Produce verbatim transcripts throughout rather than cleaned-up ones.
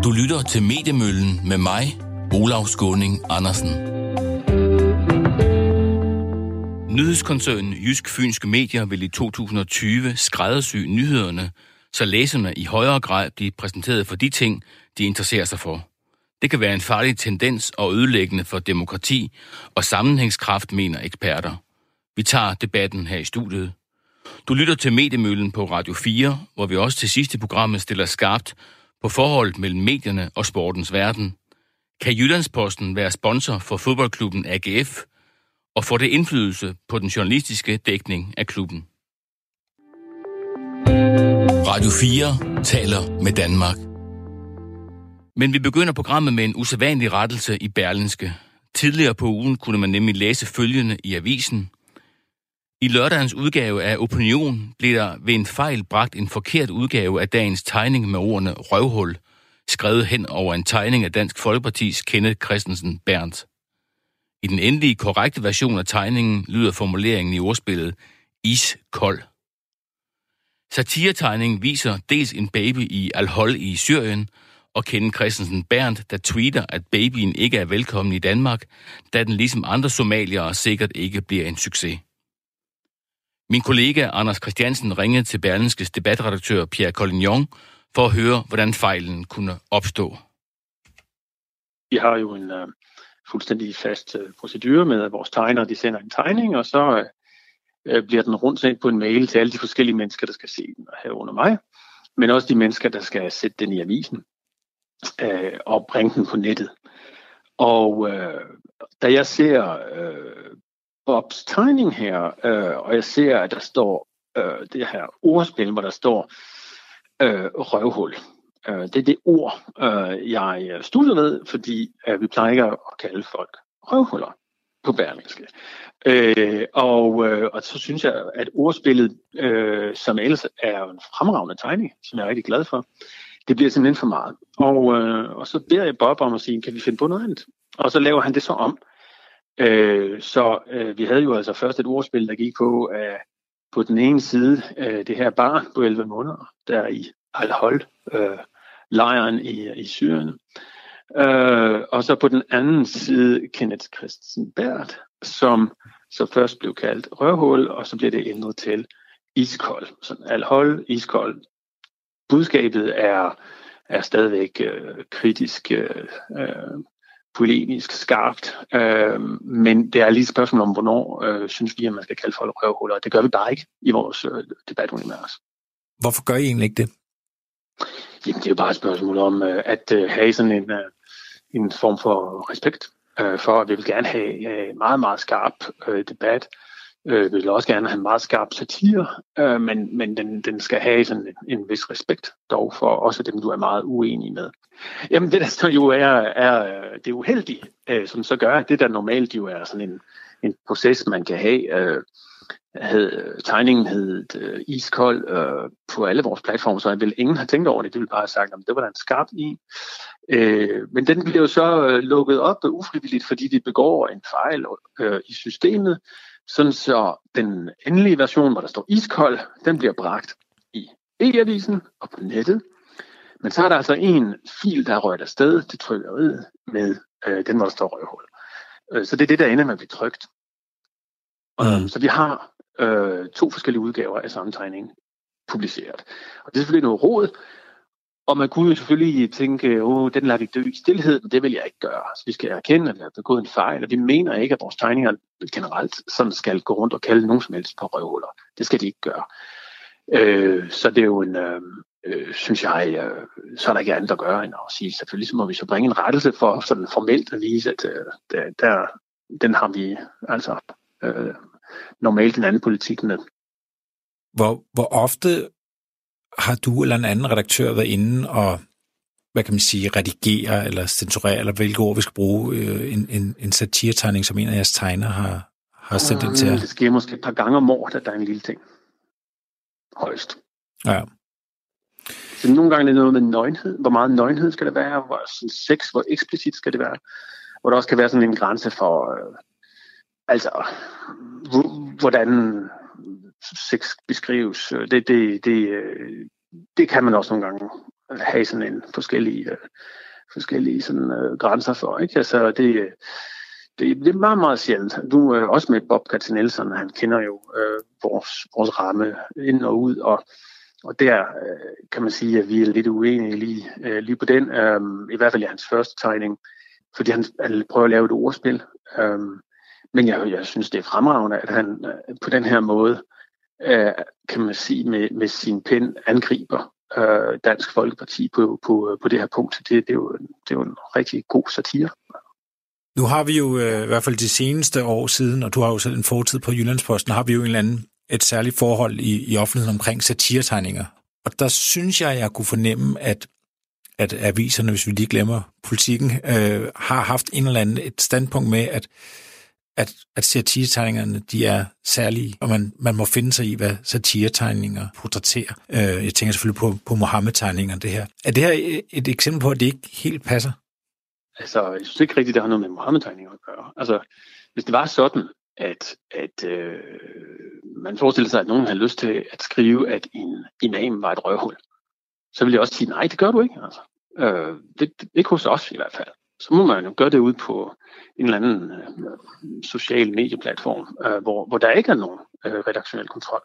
Du lytter til Mediemøllen med mig, Olav Skåning Andersen. Nyhedskoncernen Jysk Fynske Medier vil i to tusind og tyve skræddersy nyhederne, så læserne i højere grad bliver præsenteret for de ting, de interesserer sig for. Det kan være en farlig tendens og ødelæggende for demokrati og sammenhængskraft, mener eksperter. Vi tager debatten her i studiet. Du lytter til Mediemøllen på Radio fire, hvor vi også til sidst i programmet stiller skarpt på forholdet mellem medierne og sportens verden. Kan Jyllandsposten være sponsor for fodboldklubben A G F, og får det indflydelse på den journalistiske dækning af klubben? Radio fire taler med Danmark. Men vi begynder programmet med en usædvanlig rettelse i Berlingske. Tidligere på ugen kunne man nemlig læse følgende i avisen. I lørdagens udgave af Opinion blev der ved en fejl bragt en forkert udgave af dagens tegning med ordene røvhul, skrevet hen over en tegning af Dansk Folkepartis Kenneth Kristensen Berth. I den endelige korrekte version af tegningen lyder formuleringen i ordspillet iskold. Satiretegningen viser dels en baby i Al-Hol i Syrien, og Kenneth Kristensen Berth, der tweeter, at babyen ikke er velkommen i Danmark, da den ligesom andre somaliere sikkert ikke bliver en succes. Min kollega Anders Christiansen ringede til Berlingskes debatredaktør Pierre Collignon for at høre, hvordan fejlen kunne opstå. Vi har jo en uh, fuldstændig fast uh, procedure med, at vores tegnere de sender en tegning, og så uh, bliver den rundt sendt på en mail til alle de forskellige mennesker, der skal se den herunder mig, men også de mennesker, der skal sætte den i avisen uh, og bringe den på nettet. Og uh, da jeg ser uh, Bobs tegning her, øh, og jeg ser, at der står øh, det her ordspil, hvor der står øh, røvhul. Øh, det er det ord, øh, jeg studerer ved, fordi øh, vi plejer ikke at kalde folk røvhuller på Berlingske. Øh, og, øh, og så synes jeg, at ordspillet, øh, som ellers er en fremragende tegning, som jeg er rigtig glad for, det bliver simpelthen for meget. Og, øh, og så beder jeg Bob om at sige, kan vi finde på noget andet? Og så laver han det så om. Øh, så øh, vi havde jo altså først et ordspil, der gik på øh, på den ene side øh, det her barn på elleve måneder, der i Al-Hol, øh, lejren i, i Syrien. Øh, og så på den anden side Kenneth Kristensen Berth, som så først blev kaldt røvhul, og så blev det ændret til iskold. Så Al-Hol, iskold. Budskabet er, er stadigvæk øh, kritisk øh, polemisk, skarpt, øh, men det er lige et spørgsmål om, hvornår øh, synes vi, at man skal kalde folk røvhuller. Det gør vi bare ikke i vores øh, debatunivers. Hvorfor gør I egentlig ikke det? Jamen, det er jo bare et spørgsmål om øh, at øh, have sådan en, øh, en form for respekt øh, for, at vi vil gerne have øh, meget, meget skarp øh, debat. Øh, vi vil også gerne have meget skarp satire, øh, men, men den, den skal have sådan en, en vis respekt, dog for også dem, du er meget uenig med. Jamen det der så jo er, er det uheldige, øh, som så gør, at det der normalt jo er sådan en, en proces, man kan have. Øh, hed, tegningen hed øh, iskold øh, på alle vores platforme, så vil ingen have tænkt over det. Det ville bare have sagt, at det var da en skarp i. Øh, men den bliver jo så øh, lukket op ufrivilligt, fordi vi begår en fejl øh, i systemet, sådan så den endelige version, hvor der står iskold, den bliver bragt i e-avisen og på nettet. Men så er der altså en fil, der er røget afsted til trykkeriet med øh, den, hvor der står røvhul. Øh, så det er det, der ender med at blive trykt. Mm. Så vi har øh, to forskellige udgaver af samme tegning publiceret. Og det er selvfølgelig noget råd. Og man kunne jo selvfølgelig tænke, åh, den lader vi dø i stilhed, men det vil jeg ikke gøre. Så vi skal erkende, at vi har begået en fejl, og vi mener ikke, at vores tegninger generelt sådan skal gå rundt og kalde nogen som helst på røvhuller. Det skal de ikke gøre. Øh, så det er jo en, øh, øh, synes jeg, øh, så er der ikke andet at gøre, end at sige, selvfølgelig så må vi så bringe en rettelse for sådan formelt at vise, at øh, der, der, den har vi altså øh, normalt en anden politik med. Hvor, hvor ofte har du eller en anden redaktør været inde og, hvad kan man sige, redigere eller censurere, eller hvilke ord vi skal bruge, øh, en, en, en satiretegning, som en af jeres tegner har, har sendt ind til jer? Det sker måske et par gange om året, at der er en lille ting. Højst. Ja. Så nogle gange er det noget med nøgenhed. Hvor meget nøgenhed skal det være? Hvor sådan sex, hvor eksplicit skal det være? Hvor der også kan være sådan en grænse for, øh, altså, hvordan sex beskrives. Det, det, det, det kan man også nogle gange have sådan en forskellige, øh, forskellige sådan, øh, grænser for. Ikke? Altså, det, det, det er meget, meget sjældent. Du er øh, også med Bob Katzenelson, han kender jo øh, vores, vores ramme ind og ud, og, og der øh, kan man sige, at vi er lidt uenige lige, øh, lige på den, øh, i hvert fald i hans første tegning, fordi han, han prøver at lave et ordspil. Øh, men jeg, jeg synes, det er fremragende, at han øh, på den her måde, øh, kan man sige, med, med sin pen angriber øh, Dansk Folkeparti på, på, på det her punkt. Det, det, er jo, det er jo en rigtig god satire. Nu har vi jo øh, i hvert fald de seneste år siden, og du har jo selv en fortid på Jyllandsposten, har vi jo en eller anden, et særligt forhold i, i offentligheden omkring satiretegninger. Og der synes jeg, jeg kunne fornemme, at, at aviserne, hvis vi lige glemmer politikken, øh, har haft en eller anden et standpunkt med, at at, at satiretegningerne, de er særlige, og man, man må finde sig i, hvad satiretegninger portrætterer. Øh, jeg tænker selvfølgelig på, på Mohammed-tegningerne, det her. Er det her et, et eksempel på, at det ikke helt passer? Altså, jeg synes ikke rigtigt, det har noget med Mohammed-tegninger at gøre. Altså, hvis det var sådan, at, at øh, man forestiller sig, at nogen havde lyst til at skrive, at en imam var et røvhul, så ville jeg også sige, nej, det gør du ikke. Altså. Øh, det, det, ikke hos os i hvert fald. Så må man jo gøre det ud på en eller anden øh, social medieplatform, øh, hvor, hvor der ikke er nogen øh, redaktionel kontrol.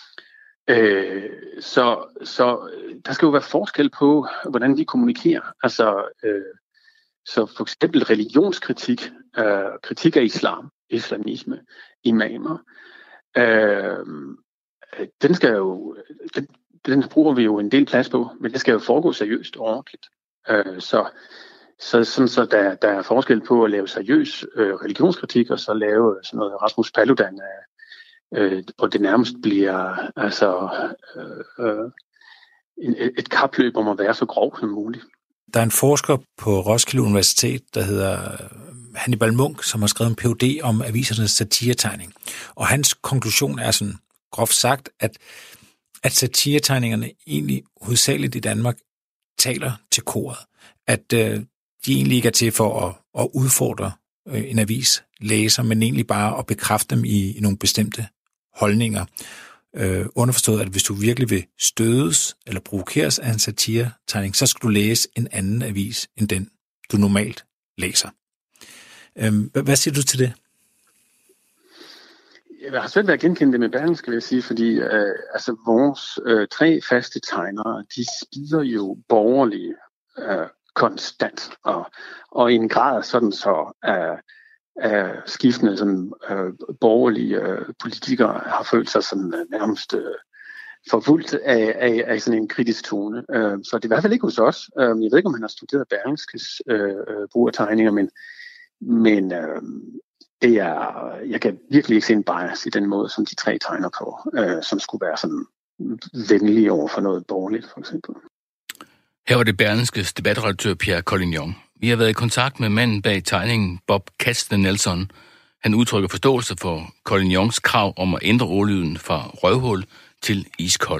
Øh, så, så der skal jo være forskel på, hvordan vi kommunikerer. Altså, øh, så for eksempel religionskritik, øh, kritik af islam, islamisme, imamer, øh, den skal jo, den, den bruger vi jo en del plads på, men det skal jo foregå seriøst og ordentligt. Øh, så Så, sådan, så der, der er forskel på at lave seriøs øh, religionskritik, og så lave sådan noget Rasmus Paludan, øh, og det nærmest bliver altså, øh, øh, et, et kapløb om at være så grov som muligt. Der er en forsker på Roskilde Universitet, der hedder Hannibal Munk, som har skrevet en P H D om avisernes satiretegning. Og hans konklusion er sådan groft sagt, at, at satiretegningerne egentlig hovedsageligt i Danmark taler til koret. At øh, de egentlig ikke er til for at, at udfordre øh, en avis læser, men egentlig bare at bekræfte dem i, i nogle bestemte holdninger. Øh, underforstået, at hvis du virkelig vil stødes eller provokeres af en satiretegning, så skal du læse en anden avis end den, du normalt læser. Øh, hvad, hvad siger du til det? Jeg har svært ved at genkende det med Berlingske, skal jeg sige, fordi øh, altså, vores øh, tre faste tegnere, de spiser jo borgerlige øh, konstant, og, og i en grad sådan så øh, øh, skiftende sådan, øh, borgerlige øh, politikere har følt sig sådan øh, nærmest øh, forfulgt af, af, af sådan en kritisk tone. Øh, så det er i hvert fald ikke hos os. Øh, jeg ved ikke, om han har studeret Berlingskes øh, brug af tegninger, men, men øh, det er, jeg kan virkelig ikke se en bias i den måde, som de tre tegner på, øh, som skulle være sådan venlige over for noget borgerligt, for eksempel. Her var det Berlingskes debatredaktør Pierre Collignon. Vi har været i kontakt med manden bag tegningen Bob Katzenelson. Han udtrykker forståelse for Collignons krav om at ændre ordlyden fra røvhul til iskold.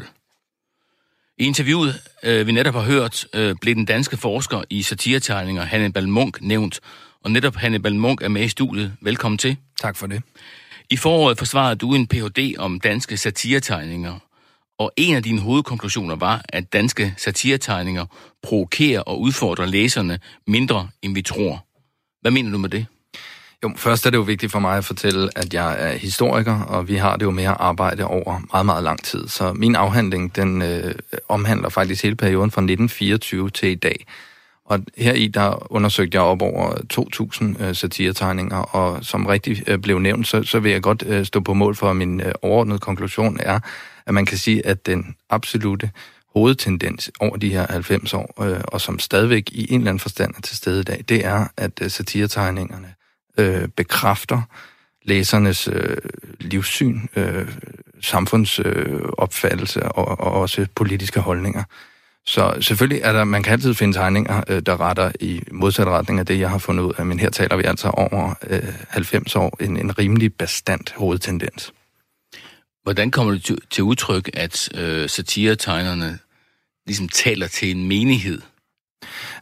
I interviewet, øh, vi netop har hørt, øh, blev den danske forsker i satiretegninger Hannibal Munk nævnt, og netop Hannibal Munk er med i studiet. Velkommen til. Tak for det. I foråret forsvarede du en P H D om danske satiretegninger, og en af dine hovedkonklusioner var, at danske satiretegninger provokerer og udfordrer læserne mindre, end vi tror. Hvad mener du med det? Jo, først er det jo vigtigt for mig at fortælle, at jeg er historiker, og vi har det jo med at arbejde over meget, meget lang tid. Så min afhandling, den øh, omhandler faktisk hele perioden fra nitten fireogtyve til i dag. Og heri der undersøgte jeg op over to tusind øh, satiretegninger, og som rigtig øh, blev nævnt, så, så vil jeg godt øh, stå på mål for, at min øh, overordnede konklusion er, at man kan sige, at den absolute hovedtendens over de her halvfems år, øh, og som stadigvæk i en eller anden forstand er til stede i dag, det er, at øh, satiretegningerne øh, bekræfter læsernes øh, livssyn, øh, samfundsopfattelse øh, og, og også politiske holdninger. Så selvfølgelig er der, man kan altid finde tegninger, øh, der retter i modsat retning af det, jeg har fundet ud af, men her taler vi altså over øh, halvfems år, en, en rimelig bastant hovedtendens. Hvordan kommer det til, til udtryk, at øh, satiretegnerne ligesom taler til en menighed?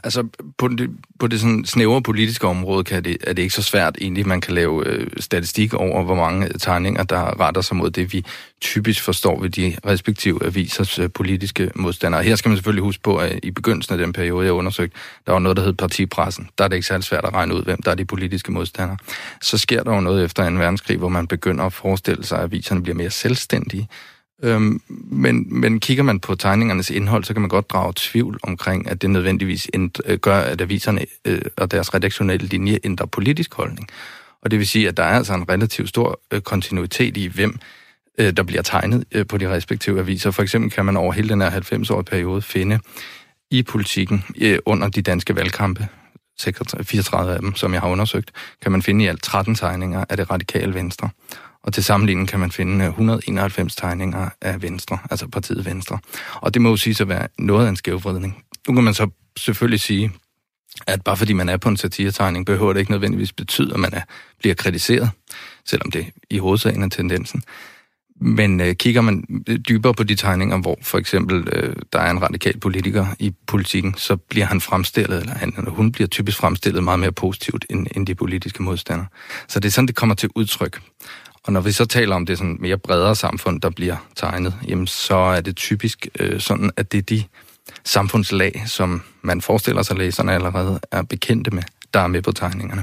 Altså, på det, på det sådan snævre politiske område kan det, er det ikke så svært egentlig, man kan lave øh, statistik over, hvor mange tegninger, der retter sig mod det, vi typisk forstår ved de respektive avisers øh, politiske modstandere. Her skal man selvfølgelig huske på, at i begyndelsen af den periode, jeg undersøgte, der var noget, der hed partipressen. Der er det ikke særlig svært at regne ud, hvem der er de politiske modstandere. Så sker der jo noget efter en verdenskrig, hvor man begynder at forestille sig, at aviserne bliver mere selvstændige. Øhm, men, men kigger man på tegningernes indhold, så kan man godt drage tvivl omkring, at det nødvendigvis ændre, gør, at aviserne øh, og deres redaktionelle linje ændrer politisk holdning. Og det vil sige, at der er altså en relativt stor øh, kontinuitet i, hvem øh, der bliver tegnet øh, på de respektive aviser. For eksempel kan man over hele den her halvfems-årige periode finde i Politiken øh, under de danske valgkampe, fireogtredive af dem, som jeg har undersøgt, kan man finde i alt tretten tegninger af det radikale Venstre. Og til sammenligning kan man finde et hundrede og enoghalvfems tegninger af Venstre, altså partiet Venstre. Og det må jo sige at være noget af en skævvridning. Nu kan man så selvfølgelig sige, at bare fordi man er på en satiretegning, behøver det ikke nødvendigvis betyde, at man er, bliver kritiseret, selvom det i hovedsagen er tendensen. Men øh, kigger man dybere på de tegninger, hvor for eksempel øh, der er en radikal politiker i Politiken, så bliver han fremstillet, eller han eller hun bliver typisk fremstillet meget mere positivt end, end de politiske modstandere. Så det er sådan, det kommer til udtryk. Og når vi så taler om det sådan mere bredere samfund, der bliver tegnet, jamen så er det typisk øh, sådan, at det er de samfundslag, som man forestiller sig læserne allerede er bekendte med, der er med på tegningerne.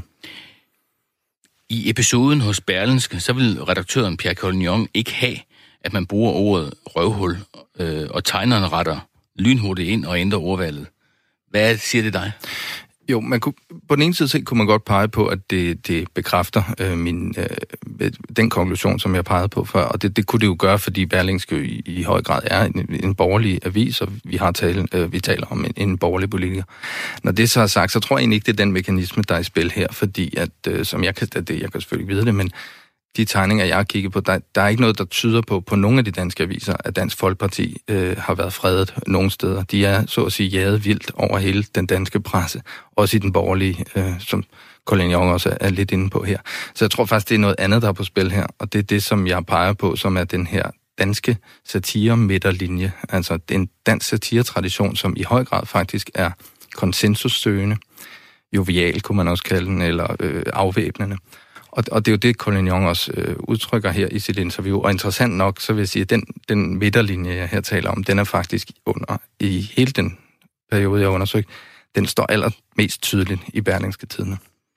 I episoden hos Berlingske, så vil redaktøren Pierre Collignon ikke have, at man bruger ordet røvhul, øh, og tegnerne retter lynhurtigt ind og ændrer ordvalget. Hvad siger det dig? Jo, man kunne, på den ene side kunne man godt pege på, at det, det bekræfter øh, min, øh, den konklusion, som jeg pegede på før, og det, det kunne det jo gøre, fordi Berlingske i, i høj grad er en, en borgerlig avis, og vi, har tale, øh, vi taler om en, en borgerlig politiker. Når det så er sagt, så tror jeg egentlig ikke, det er den mekanisme, der er i spil her, fordi at, øh, som jeg kan, det, jeg kan selvfølgelig vide det, men de tegninger, jeg har kigget på, der, der er ikke noget, der tyder på, på nogle af de danske aviser, at Dansk Folkeparti øh, har været fredet nogle steder. De er, så at sige, jaget vildt over hele den danske presse, også i den borgerlige, øh, som Collignon også er, er lidt inde på her. Så jeg tror faktisk, det er noget andet, der er på spil her, og det er det, som jeg peger på, som er den her danske satire-midterlinje. Altså, det er en dansk satiretradition, som i høj grad faktisk er konsensussøgende, jovial, kunne man også kalde den, eller øh, afvæbnende. Og, og det er jo det, Collignon også øh, udtrykker her i sit interview. Og interessant nok, så vil jeg sige, at den, den midterlinje, jeg her taler om, den er faktisk under i hele den periode, jeg har undersøgt, den står allermest tydeligt i Berlingske Tidende.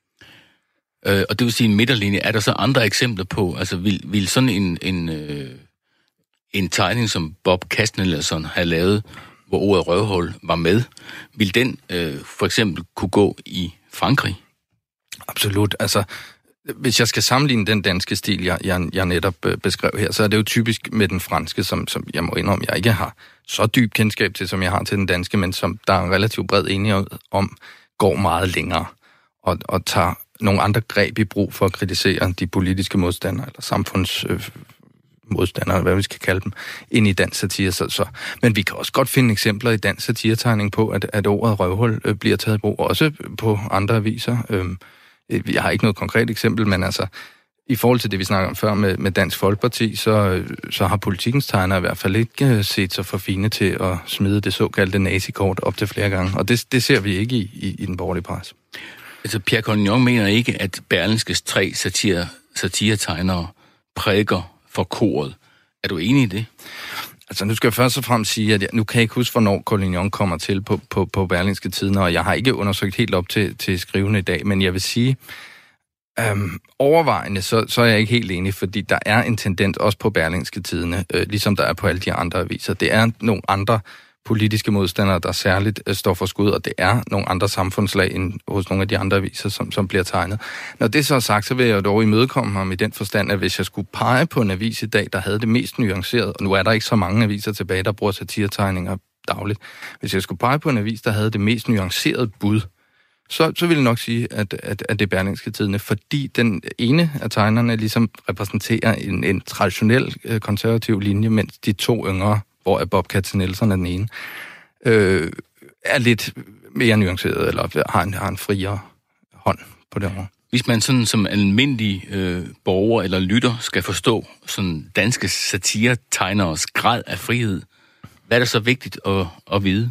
Øh, og det vil sige en midterlinje. Er der så andre eksempler på, altså vil, vil sådan en, en, øh, en tegning, som Bob Kastnelson har lavet, hvor ordet røvhul var med, vil den øh, for eksempel kunne gå i Frankrig? Absolut. Altså, hvis jeg skal sammenligne den danske stil, jeg, jeg, jeg netop beskrev her, så er det jo typisk med den franske, som, som jeg må indrømme, jeg ikke har så dyb kendskab til, som jeg har til den danske, men som der er relativt bred enighed om, går meget længere og, og tager nogle andre greb i brug for at kritisere de politiske modstandere, eller samfundsmodstandere, øh, hvad vi skal kalde dem, ind i dansk satire. Så, så. Men vi kan også godt finde eksempler i dansk satiretegning på, at, at ordet røvhul øh, bliver taget i brug, også på andre aviser. Øh, Jeg har ikke noget konkret eksempel, men altså, i forhold til det, vi snakker om før med, med Dansk Folkeparti, så, så har Politikens tegnere i hvert fald ikke set sig for fine til at smide det såkaldte nazikort op til flere gange. Og det, det ser vi ikke i, i, i den borgerlige pres. Altså, Pierre Collignon mener ikke, at Berlingskes tre satire, satiretegnere prædiker for koret. Er du enig i det? Altså, nu skal jeg først og fremmest sige, at jeg, nu kan jeg ikke huske, hvornår Collignon kommer til på, på, på Berlingske Tidende, og jeg har ikke undersøgt helt op til, til skrivende i dag, men jeg vil sige, øhm, overvejende, så, så er jeg ikke helt enig, fordi der er en tendens også på Berlingske Tidende, øh, ligesom der er på alle de andre aviser. Det er nogle andre politiske modstandere, der særligt øh, står for skud, og det er nogle andre samfundslag end hos nogle af de andre aviser, som, som bliver tegnet. Når det så er sagt, så vil jeg dog imødekomme ham i den forstand, at hvis jeg skulle pege på en avis i dag, der havde det mest nuanceret, og nu er der ikke så mange aviser tilbage, der bruger satiretegninger dagligt, hvis jeg skulle pege på en avis, der havde det mest nuancerede bud, så, så vil jeg nok sige, at, at, at det er Berlingske Tidende, fordi den ene af tegnerne ligesom repræsenterer en, en traditionel øh, konservativ linje, mens de to yngre, hvor Bob Katzenelson er den ene, øh, er lidt mere nuanceret, eller har en, har en friere hånd på det her. Hvis man sådan som almindelig øh, borger eller lytter skal forstå sådan danske satiretegneres grad af frihed, hvad er det så vigtigt at, at vide?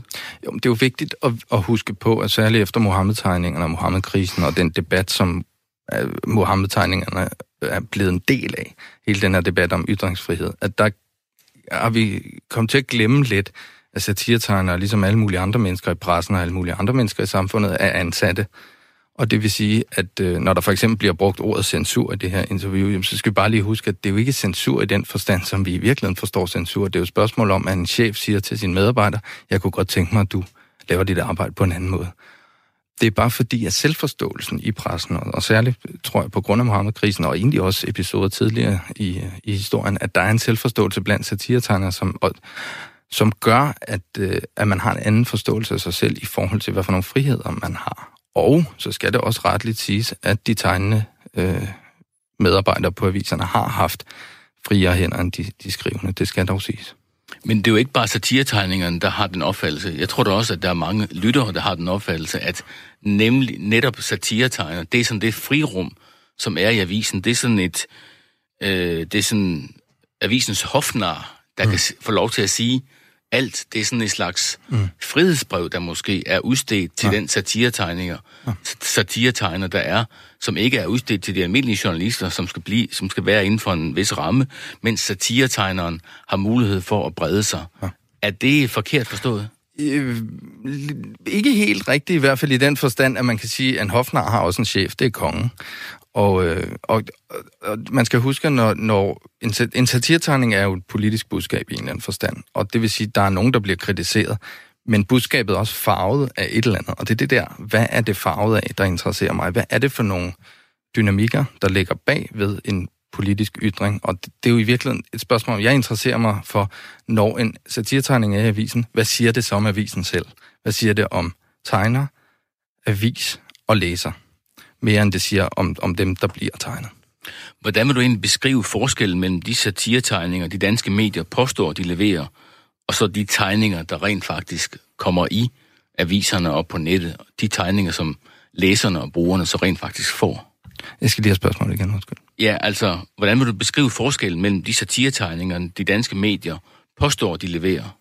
Jo, det er jo vigtigt at, at huske på, at særligt efter Mohammed-tegningerne og Mohammed-krisen og den debat, som uh, Mohammed-tegningerne er blevet en del af, hele den her debat om ytringsfrihed, at der har vi kommet til at glemme lidt, at satiretegnere, ligesom alle mulige andre mennesker i pressen og alle mulige andre mennesker i samfundet, er ansatte. Og det vil sige, at øh, når der for eksempel bliver brugt ordet censur i det her interview, jamen, så skal vi bare lige huske, at det er jo ikke censur i den forstand, som vi i virkeligheden forstår censur. Det er jo et spørgsmål om, at en chef siger til sin medarbejder, jeg kunne godt tænke mig, at du laver dit arbejde på en anden måde. Det er bare fordi, at selvforståelsen i pressen, og særligt, tror jeg, på grund af Mohammed-krisen, og egentlig også episoder tidligere i, i historien, at der er en selvforståelse blandt satiretegnere, som, og, som gør, at, øh, at man har en anden forståelse af sig selv i forhold til, hvad for nogle friheder man har. Og så skal det også retligt siges, at de tegnende øh, medarbejdere på aviserne har haft friere hænder end de, de skrivende. Det skal dog siges. Men det er jo ikke bare satiretegningerne, der har den opfattelse. Jeg tror da også, at der er mange lyttere, der har den opfattelse, at nemlig netop satiretegner, det er sådan det frirum, som er i avisen. Det er sådan et, øh, det er sådan avisens hofnar, der mm. kan få lov til at sige alt. Det er sådan et slags mm. frihedsbrev, der måske er udstedt til ja. den satiretegninger, ja. satiretegner, der er, som ikke er udstedt til de almindelige journalister, som skal blive, som skal være inden for en vis ramme, mens satiretegneren har mulighed for at brede sig. Ja. Er det forkert forstået? Øh, ikke helt rigtigt, i hvert fald i den forstand, at man kan sige, at en hofnar har også en chef, det er kongen. Og, øh, og, og man skal huske, når, når en, en satiretegning er jo et politisk budskab i en eller anden forstand, og det vil sige, at der er nogen, der bliver kritiseret, men budskabet er også farvet af et eller andet, og det er det der, hvad er det farvet af, der interesserer mig? Hvad er det for nogle dynamikker, der ligger bag ved en politisk ytring? Og det, det er jo i virkeligheden et spørgsmål, jeg interesserer mig for, når en satiretegning er i avisen, hvad siger det så om avisen selv? Hvad siger det om tegner, avis og læser? Mere end det siger om, om dem, der bliver tegnet. Hvordan vil du egentlig beskrive forskellen mellem de satiretegninger, de danske medier påstår, de leverer, og så de tegninger, der rent faktisk kommer i aviserne og på nettet, de tegninger, som læserne og brugerne så rent faktisk får? Jeg skal lige have spørgsmålet igen, undskyld. Ja, altså, hvordan vil du beskrive forskellen mellem de satiretegninger, de danske medier påstår, de leverer,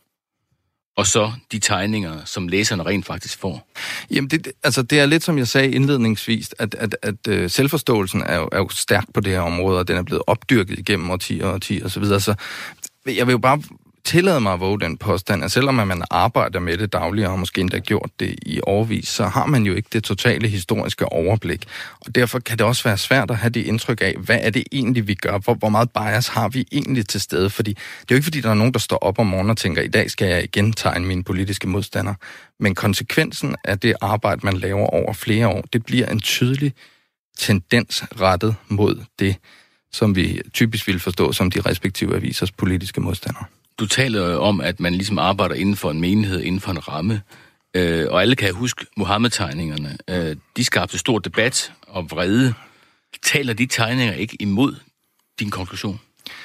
og så de tegninger, som læserne rent faktisk får? Jamen, det, altså, det er lidt som jeg sagde indledningsvis, at, at, at, at selvforståelsen er jo, er jo stærk på det her område, og den er blevet opdyrket igennem årtier og årtier og så videre. Så jeg vil jo bare tillade mig at våge den påstand, at selvom man arbejder med det dagligt, og måske endda gjort det i årevis, så har man jo ikke det totale historiske overblik. Og derfor kan det også være svært at have det indtryk af, hvad er det egentlig, vi gør? Hvor, hvor meget bias har vi egentlig til stede? Fordi det er jo ikke, fordi der er nogen, der står op om morgenen og tænker, i dag skal jeg igen tegne mine politiske modstandere. Men konsekvensen af det arbejde, man laver over flere år, det bliver en tydelig tendens rettet mod det, som vi typisk vil forstå som de respektive avisers politiske modstandere. Du taler om, at man ligesom arbejder inden for en menighed, inden for en ramme, øh, og alle kan huske Mohammed-tegningerne. Øh, de skabte stor debat og vrede. Taler de tegninger ikke imod din konklusion?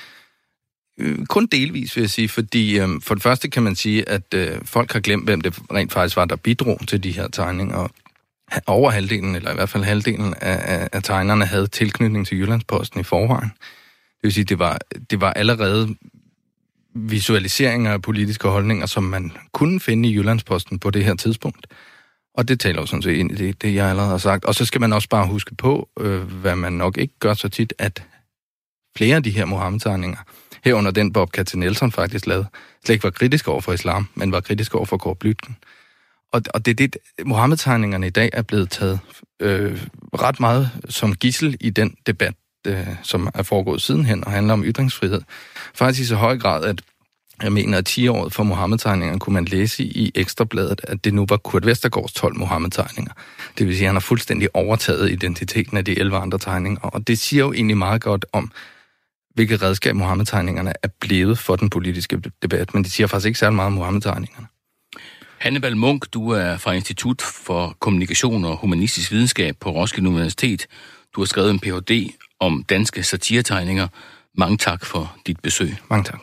Øh, kun delvis, vil jeg sige, fordi øh, for det første kan man sige, at øh, folk har glemt, hvem det rent faktisk var, der bidrog til de her tegninger. Over halvdelen, eller i hvert fald halvdelen af, af, af tegnerne havde tilknytning til Jyllandsposten i forvejen. Det vil sige, det var, det var allerede visualiseringer af politiske holdninger, som man kunne finde i Jyllandsposten på det her tidspunkt. Og det taler jo sådan set ind i det, det, jeg allerede har sagt. Og så skal man også bare huske på, øh, hvad man nok ikke gør så tit, at flere af de her Mohammed-tegninger, herunder den Bob Katze Nelson faktisk lavede, slet ikke var kritisk over for islam, men var kritisk over for Kåre Blytgen. Og, og det er det, Mohammed-tegningerne i dag er blevet taget øh, ret meget som gidsel i den debat, øh, som er foregået sidenhen og handler om ytringsfrihed. Faktisk i så høj grad, at jeg mener, at ti-året for Mohammed-tegninger kunne man læse i Ekstrabladet, at det nu var Kurt Vestergaards tolv Mohammed-tegninger. Det vil sige, at han har fuldstændig overtaget identiteten af de elleve andre tegninger. Og det siger jo egentlig meget godt om, hvilket redskab Mohammed-tegningerne er blevet for den politiske debat. Men det siger faktisk ikke særlig meget om Mohammed-tegningerne. Hannibal Munk, du er fra Institut for Kommunikation og Humanistisk Videnskab på Roskilde Universitet. Du har skrevet en P H D om danske satiretegninger. Mange tak for dit besøg. Mange tak.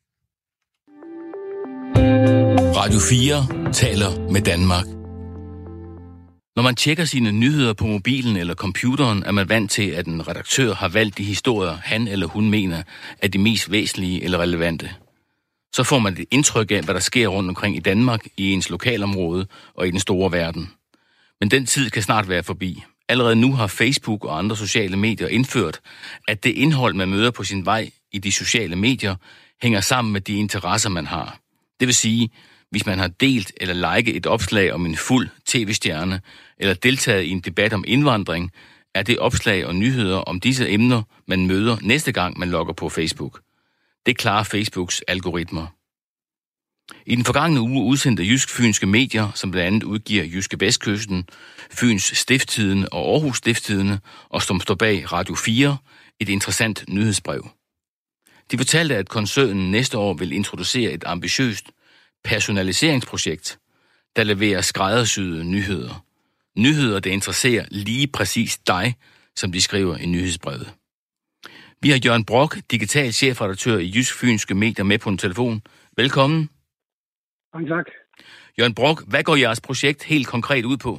Radio fire taler med Danmark. Når man tjekker sine nyheder på mobilen eller computeren, er man vant til, at en redaktør har valgt de historier, han eller hun mener er de mest væsentlige eller relevante. Så får man et indtryk af, hvad der sker rundt omkring i Danmark, i ens lokalområde og i den store verden. Men den tid kan snart være forbi. Allerede nu har Facebook og andre sociale medier indført, at det indhold, man møder på sin vej i de sociale medier, hænger sammen med de interesser, man har. Det vil sige, hvis man har delt eller liket et opslag om en fuld tv-stjerne, eller deltaget i en debat om indvandring, er det opslag og nyheder om disse emner, man møder næste gang, man logger på Facebook. Det klarer Facebooks algoritmer. I den forgangne uge udsendte Jysk-Fynske medier, som blandt andet udgiver Jyske Vestkysten, Fyns Stiftstidende og Aarhus Stiftstidende, og som står bag Radio fire, et interessant nyhedsbrev. De fortalte, at koncernen næste år vil introducere et ambitiøst personaliseringsprojekt, der leverer skræddersyede nyheder. Nyheder, der interesserer lige præcis dig, som de skriver i nyhedsbrevet. Vi har Jørgen Brock, digital chefredaktør i Jysk-Fynske medier, med på en telefon. Velkommen. Mange tak. Jørgen Brock, hvad går jeres projekt helt konkret ud på?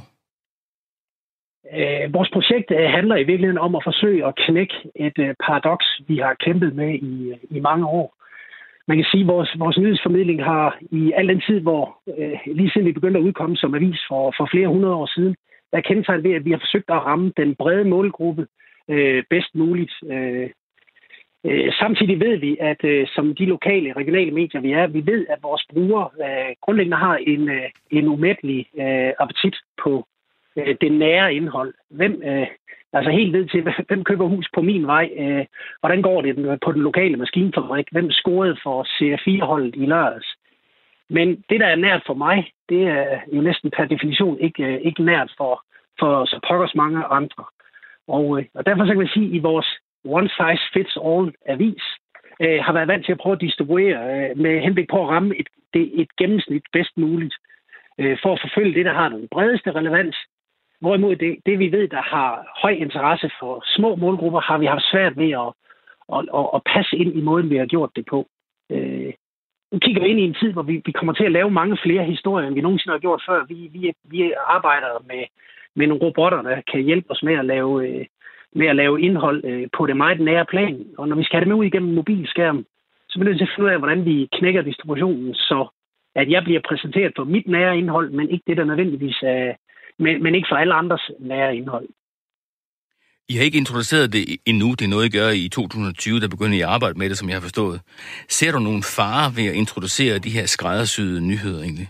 Øh, vores projekt øh, handler i virkeligheden om at forsøge at knække et øh, paradoks, vi har kæmpet med i, i mange år. Man kan sige, at vores, vores nyhedsformidling har i al den tid, hvor øh, lige siden vi begyndte at udkomme som avis for, for flere hundrede år siden, der er kendetegnet ved, at vi har forsøgt at ramme den brede målgruppe øh, bedst muligt. Øh, øh, samtidig ved vi, at øh, som de lokale, regionale medier vi er, vi ved, at vores brugere øh, grundlæggende har en, øh, en umættelig øh, appetit på øh, det nære indhold. Hvem, øh, altså helt ned til, hvem køber hus på min vej? Øh, hvordan går det på den lokale maskinfabrik? Hvem scorede for C R fire-holdet i lørdags? Men det, der er nært for mig, det er jo næsten per definition ikke, ikke nært for, for så pokkers mange andre. Og, og derfor så kan man sige, at i vores one-size-fits-all-avis øh, har været vant til at prøve at distribuere øh, med henblik på at ramme et, det, et gennemsnit bedst muligt, øh, for at forfølge det, der har den bredeste relevans. Hvorimod det, det, vi ved, der har høj interesse for små målgrupper, har vi haft svært ved at, at, at, at passe ind i måden, vi har gjort det på. Øh, Nu kigger vi ind i en tid, hvor vi, vi kommer til at lave mange flere historier, end vi nogensinde har gjort før. Vi, vi, vi arbejder med, med nogle robotter, der kan hjælpe os med at lave, med at lave indhold på det meget nære plan. Og når vi skal have det med ud igennem mobilskærm, så bliver vi nødt til at finde ud af, hvordan vi knækker distributionen, så at jeg bliver præsenteret for mit nære indhold, men ikke det, der nødvendigvis er, men, men ikke for alle andres nære indhold. I har ikke introduceret det endnu. Det er noget, I gør i to tusind og tyve, der begynder I at arbejde med det, som jeg har forstået. Ser du nogle farer ved at introducere de her skræddersyede nyheder egentlig?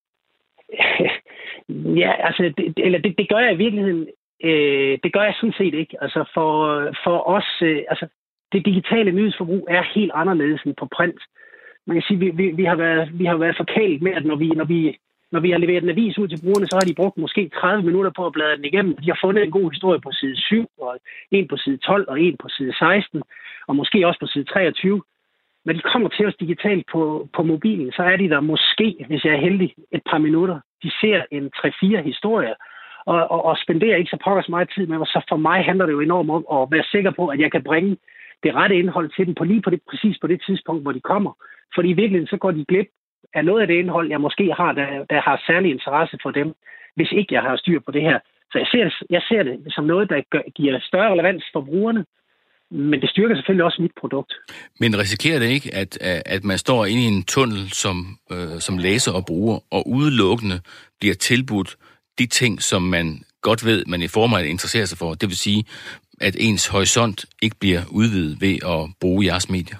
Ja, altså, det, eller det, det gør jeg i virkeligheden. Øh, det gør jeg sådan set ikke. Altså, for, for os, øh, altså, det digitale nyhedsforbrug er helt anderledes end på print. Man kan sige, vi, vi, vi har været, vi har været forkælet med, at når vi, når vi Når vi har leveret en avis ud til brugerne, så har de brugt måske tredive minutter på at bladre den igennem. De har fundet en god historie på side syv, og en på side tolv, og en på side seksten, og måske også på side treogtyve. Når de kommer til os digitalt på, på mobilen, så er de der måske, hvis jeg er heldig, et par minutter. De ser en tre-fire historier, og, og, og spenderer ikke så pokkers meget tid med. Og så for mig handler det jo enormt om at være sikker på, at jeg kan bringe det rette indhold til dem på lige på det, præcis på det tidspunkt, hvor de kommer. Fordi i virkeligheden så går de glip af noget af det indhold, jeg måske har, der, der har særlig interesse for dem, hvis ikke jeg har styr på det her. Så jeg ser det, jeg ser det som noget, der gør, giver større relevans for brugerne, men det styrker selvfølgelig også mit produkt. Men risikerer det ikke, at, at man står inde i en tunnel som, øh, som læser og bruger, og udelukkende bliver tilbudt de ting, som man godt ved, man i forvejen interesserer sig for? Det vil sige, at ens horisont ikke bliver udvidet ved at bruge jeres medier?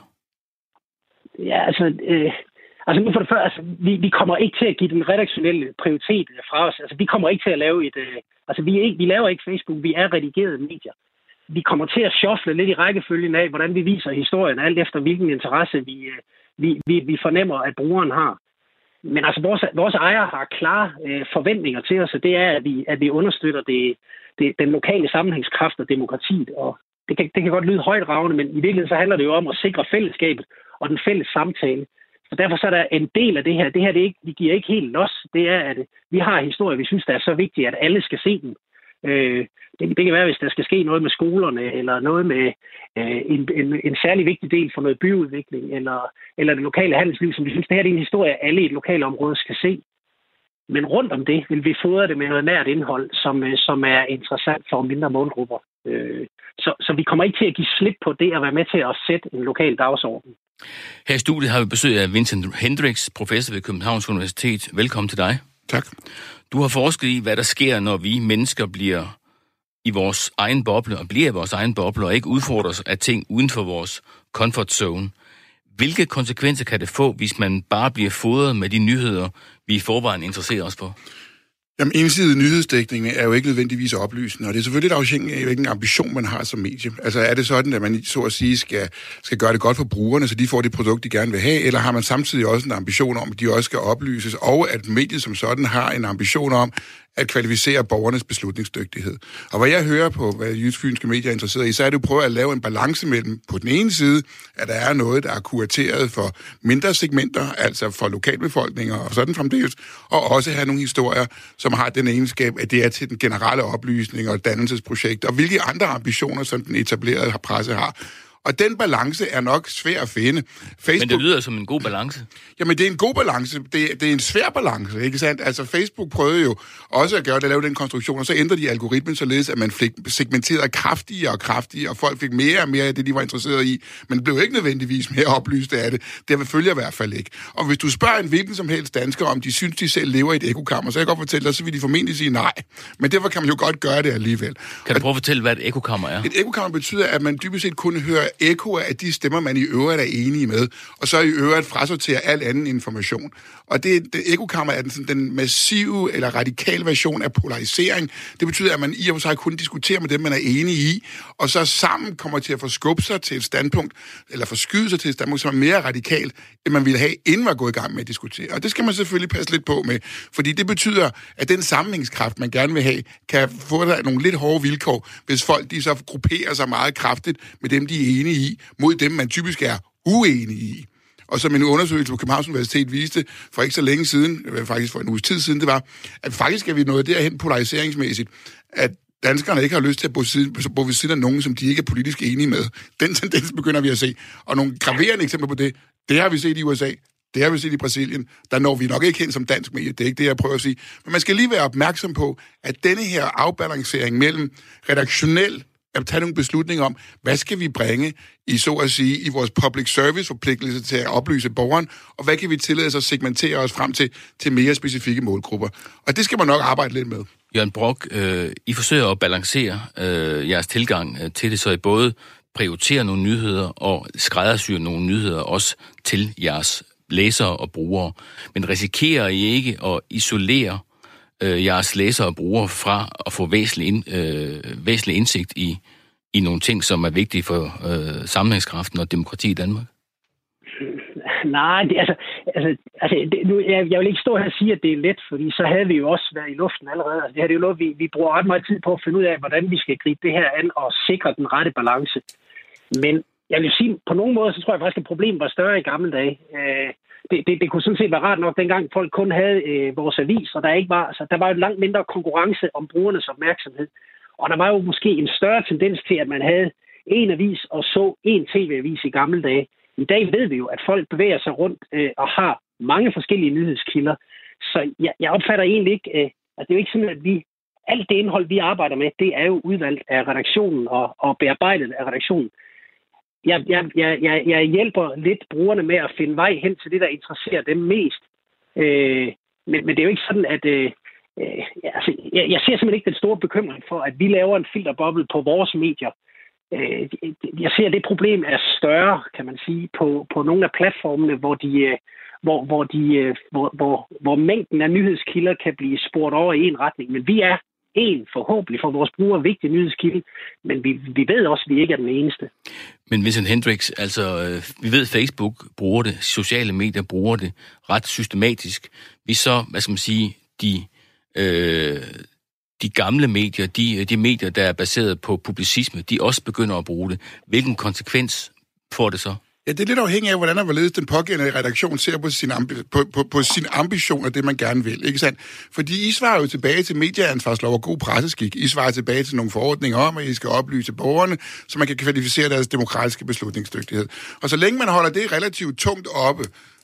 Ja, altså... Øh Altså nu for det første, altså, vi, vi kommer ikke til at give den redaktionelle prioritet fra os. Altså vi kommer ikke til at lave et... Øh, altså vi, er ikke, vi laver ikke Facebook, vi er redigerede medier. Vi kommer til at shuffle lidt i rækkefølgen af, hvordan vi viser historien, alt efter hvilken interesse vi, vi, vi, vi fornemmer, at brugeren har. Men altså vores, vores ejere har klare øh, forventninger til os, og det er, at vi, at vi understøtter det, det, den lokale sammenhængskraft og demokratiet. Og det kan, det kan godt lyde højt ravende, men i virkeligheden så handler det jo om at sikre fællesskabet og den fælles samtale. Og derfor så er der en del af det her. Det her, det, er ikke, det giver ikke helt los. Det er, at vi har historie, vi synes, der er så vigtigt, at alle skal se den. Øh, det, det kan være, hvis der skal ske noget med skolerne, eller noget med øh, en, en, en særlig vigtig del for noget byudvikling, eller, eller det lokale handelsliv, som vi synes, det her det er en historie, alle i et lokale område skal se. Men rundt om det vil vi fodre det med noget nært indhold, som, som er interessant for mindre målgrupper. Øh, så, så vi kommer ikke til at give slip på det at være med til at sætte en lokal dagsorden. Her i studiet har vi besøg af Vincent Hendricks, professor ved Københavns Universitet. Velkommen til dig. Tak. Du har forsket i, hvad der sker, når vi mennesker bliver i vores egen boble, og bliver i vores egen boble, og ikke udfordres af ting uden for vores comfort zone. Hvilke konsekvenser kan det få, hvis man bare bliver fodret med de nyheder, vi i forvejen interesserer os for? Jamen, ensidig nyhedsdækning er jo ikke nødvendigvis oplysende, og det er selvfølgelig lidt afhængigt af, hvilken ambition man har som medie. Altså, er det sådan, at man så at sige skal, skal gøre det godt for brugerne, så de får det produkt, de gerne vil have, eller har man samtidig også en ambition om, at de også skal oplyses, og at mediet som sådan har en ambition om at kvalificere borgernes beslutningsdygtighed. Og hvad jeg hører på, hvad jysk-fynske medier er interesseret i, så er det jo at prøve at lave en balance mellem på den ene side, at der er noget, der er kurateret for mindre segmenter, altså for lokalbefolkninger og sådan fremdeles, og også have nogle historier, som har den egenskab, at det er til den generelle oplysning og dannelsesprojekt, og hvilke andre ambitioner, som den etablerede presse har. Og den balance er nok svær at finde. Facebook... Men det lyder som en god balance. Jamen, det er en god balance. Det, det er en svær balance, ikke sandt? Altså, Facebook prøvede jo også at gøre det, at lave den konstruktion, og så ændrede de algoritmen således, at man fik segmenteret kraftigere og kraftigere, og folk fik mere og mere af det, de var interesseret i, men blev ikke nødvendigvis mere oplyst af det. Det følger i hvert fald ikke. Og hvis du spørger en hvilken som helst dansker, om de synes, de selv lever i et ekokammer, så jeg kan godt fortælle dig, så vil de formentlig sige nej. Men derfor kan man jo godt gøre det alligevel. Kan du prøve at fortælle, hvad et ekokammer er? Et ekokammer betyder, at man dybest set kun hører ekoer af de stemmer, man i øvrigt er enige med, og så i øvrigt frasorterer al anden information. Og det, det ekokammer er den, sådan, den massive eller radikale version af polarisering. Det betyder, at man i og for sig kun diskuterer med dem, man er enige i, og så sammen kommer til at forskubbe sig til et standpunkt, eller forskyde sig til et standpunkt, som er mere radikalt, end man ville have, inden man går i gang med at diskutere. Og det skal man selvfølgelig passe lidt på med, fordi det betyder, at den sammenhængskraft, man gerne vil have, kan få der nogle lidt hårde vilkår, hvis folk de så grupperer sig meget kraftigt med dem, de er enige i, mod dem, man typisk er uenige i. Og som en undersøgelse på Københavns Universitet viste for ikke så længe siden, faktisk for en uges tid siden, det var, at faktisk er vi nået derhen polariseringsmæssigt, at danskerne ikke har lyst til at bo, siden, bo ved siden af nogen, som de ikke er politisk enige med. Den tendens begynder vi at se. Og nogle graverende eksempler på det, det har vi set i U S A, det har vi set i Brasilien. Der når vi nok ikke hen som dansk medie, det er ikke det, jeg prøver at sige. Men man skal lige være opmærksom på, at denne her afbalancering mellem redaktionel at tage nogle beslutninger om, hvad skal vi bringe i, så at sige, i vores public service forpligtelse til at oplyse borgeren, og hvad kan vi tillade os at segmentere os frem til, til mere specifikke målgrupper. Og det skal man nok arbejde lidt med. Jørgen Brock, øh, I forsøger at balancere øh, jeres tilgang øh, til det, så I både prioriterer nogle nyheder og skræddersyrer nogle nyheder også til jeres læsere og brugere. Men risikerer I ikke at isolere øh, jeres læsere og brugere fra at få væsentlig, ind, øh, væsentlig indsigt i, i nogle ting, som er vigtige for øh, sammenhængskraften og demokrati i Danmark? Nej, det, altså, altså, altså det, nu, jeg, jeg vil ikke stå her og sige, at det er let, fordi så havde vi jo også været i luften allerede. Altså, det her det er jo noget, vi, vi bruger ret meget tid på at finde ud af, hvordan vi skal gribe det her an og sikre den rette balance. Men jeg vil sige, på nogle måder, så tror jeg faktisk, at problemet var større i gamle dage. Øh, det, det, det kunne sådan set være rart nok, dengang folk kun havde øh, vores avis, og der ikke var, altså, der var jo langt mindre konkurrence om brugernes opmærksomhed. Og der var jo måske en større tendens til, at man havde en avis og så en tv-avis i gamle dage. I dag ved vi jo, at folk bevæger sig rundt øh, og har mange forskellige nyhedskilder. Så jeg, jeg opfatter egentlig ikke, øh, at det er jo ikke sådan, at vi alt det indhold, vi arbejder med, det er jo udvalgt af redaktionen og, og bearbejdet af redaktionen. Jeg, jeg, jeg, jeg hjælper lidt brugerne med at finde vej hen til det, der interesserer dem mest. Øh, men, men det er jo ikke sådan, at øh, øh, altså, jeg, jeg ser simpelthen ikke den store bekymring for, at vi laver en filterboble på vores medier. Jeg ser, at det problem er større, kan man sige, på, på nogle af platformene, hvor, de, hvor, hvor, de, hvor, hvor, hvor mængden af nyhedskilder kan blive spurgt over i en retning. Men vi er en, forhåbentlig for vores brugere, vigtig nyhedskilde, men vi, vi ved også, at vi ikke er den eneste. Men Vincent Hendricks, altså vi ved, at Facebook bruger det, sociale medier bruger det ret systematisk. Vi så, hvad skal man sige, de... Øh, de gamle medier, de, de medier, der er baseret på publicisme, de også begynder at bruge det. Hvilken konsekvens får det så? Ja, det er lidt afhængigt af, hvordan og hvorledes den pågældende redaktion ser på sin, ambi- på, på, på sin ambition og det, man gerne vil, ikke sandt? Fordi I svarer jo tilbage til medieansvarslov og god presseskik. I svarer tilbage til nogle forordninger om, at I skal oplyse borgerne, så man kan kvalificere deres demokratiske beslutningsdygtighed. Og så længe man holder det relativt tungt oppe,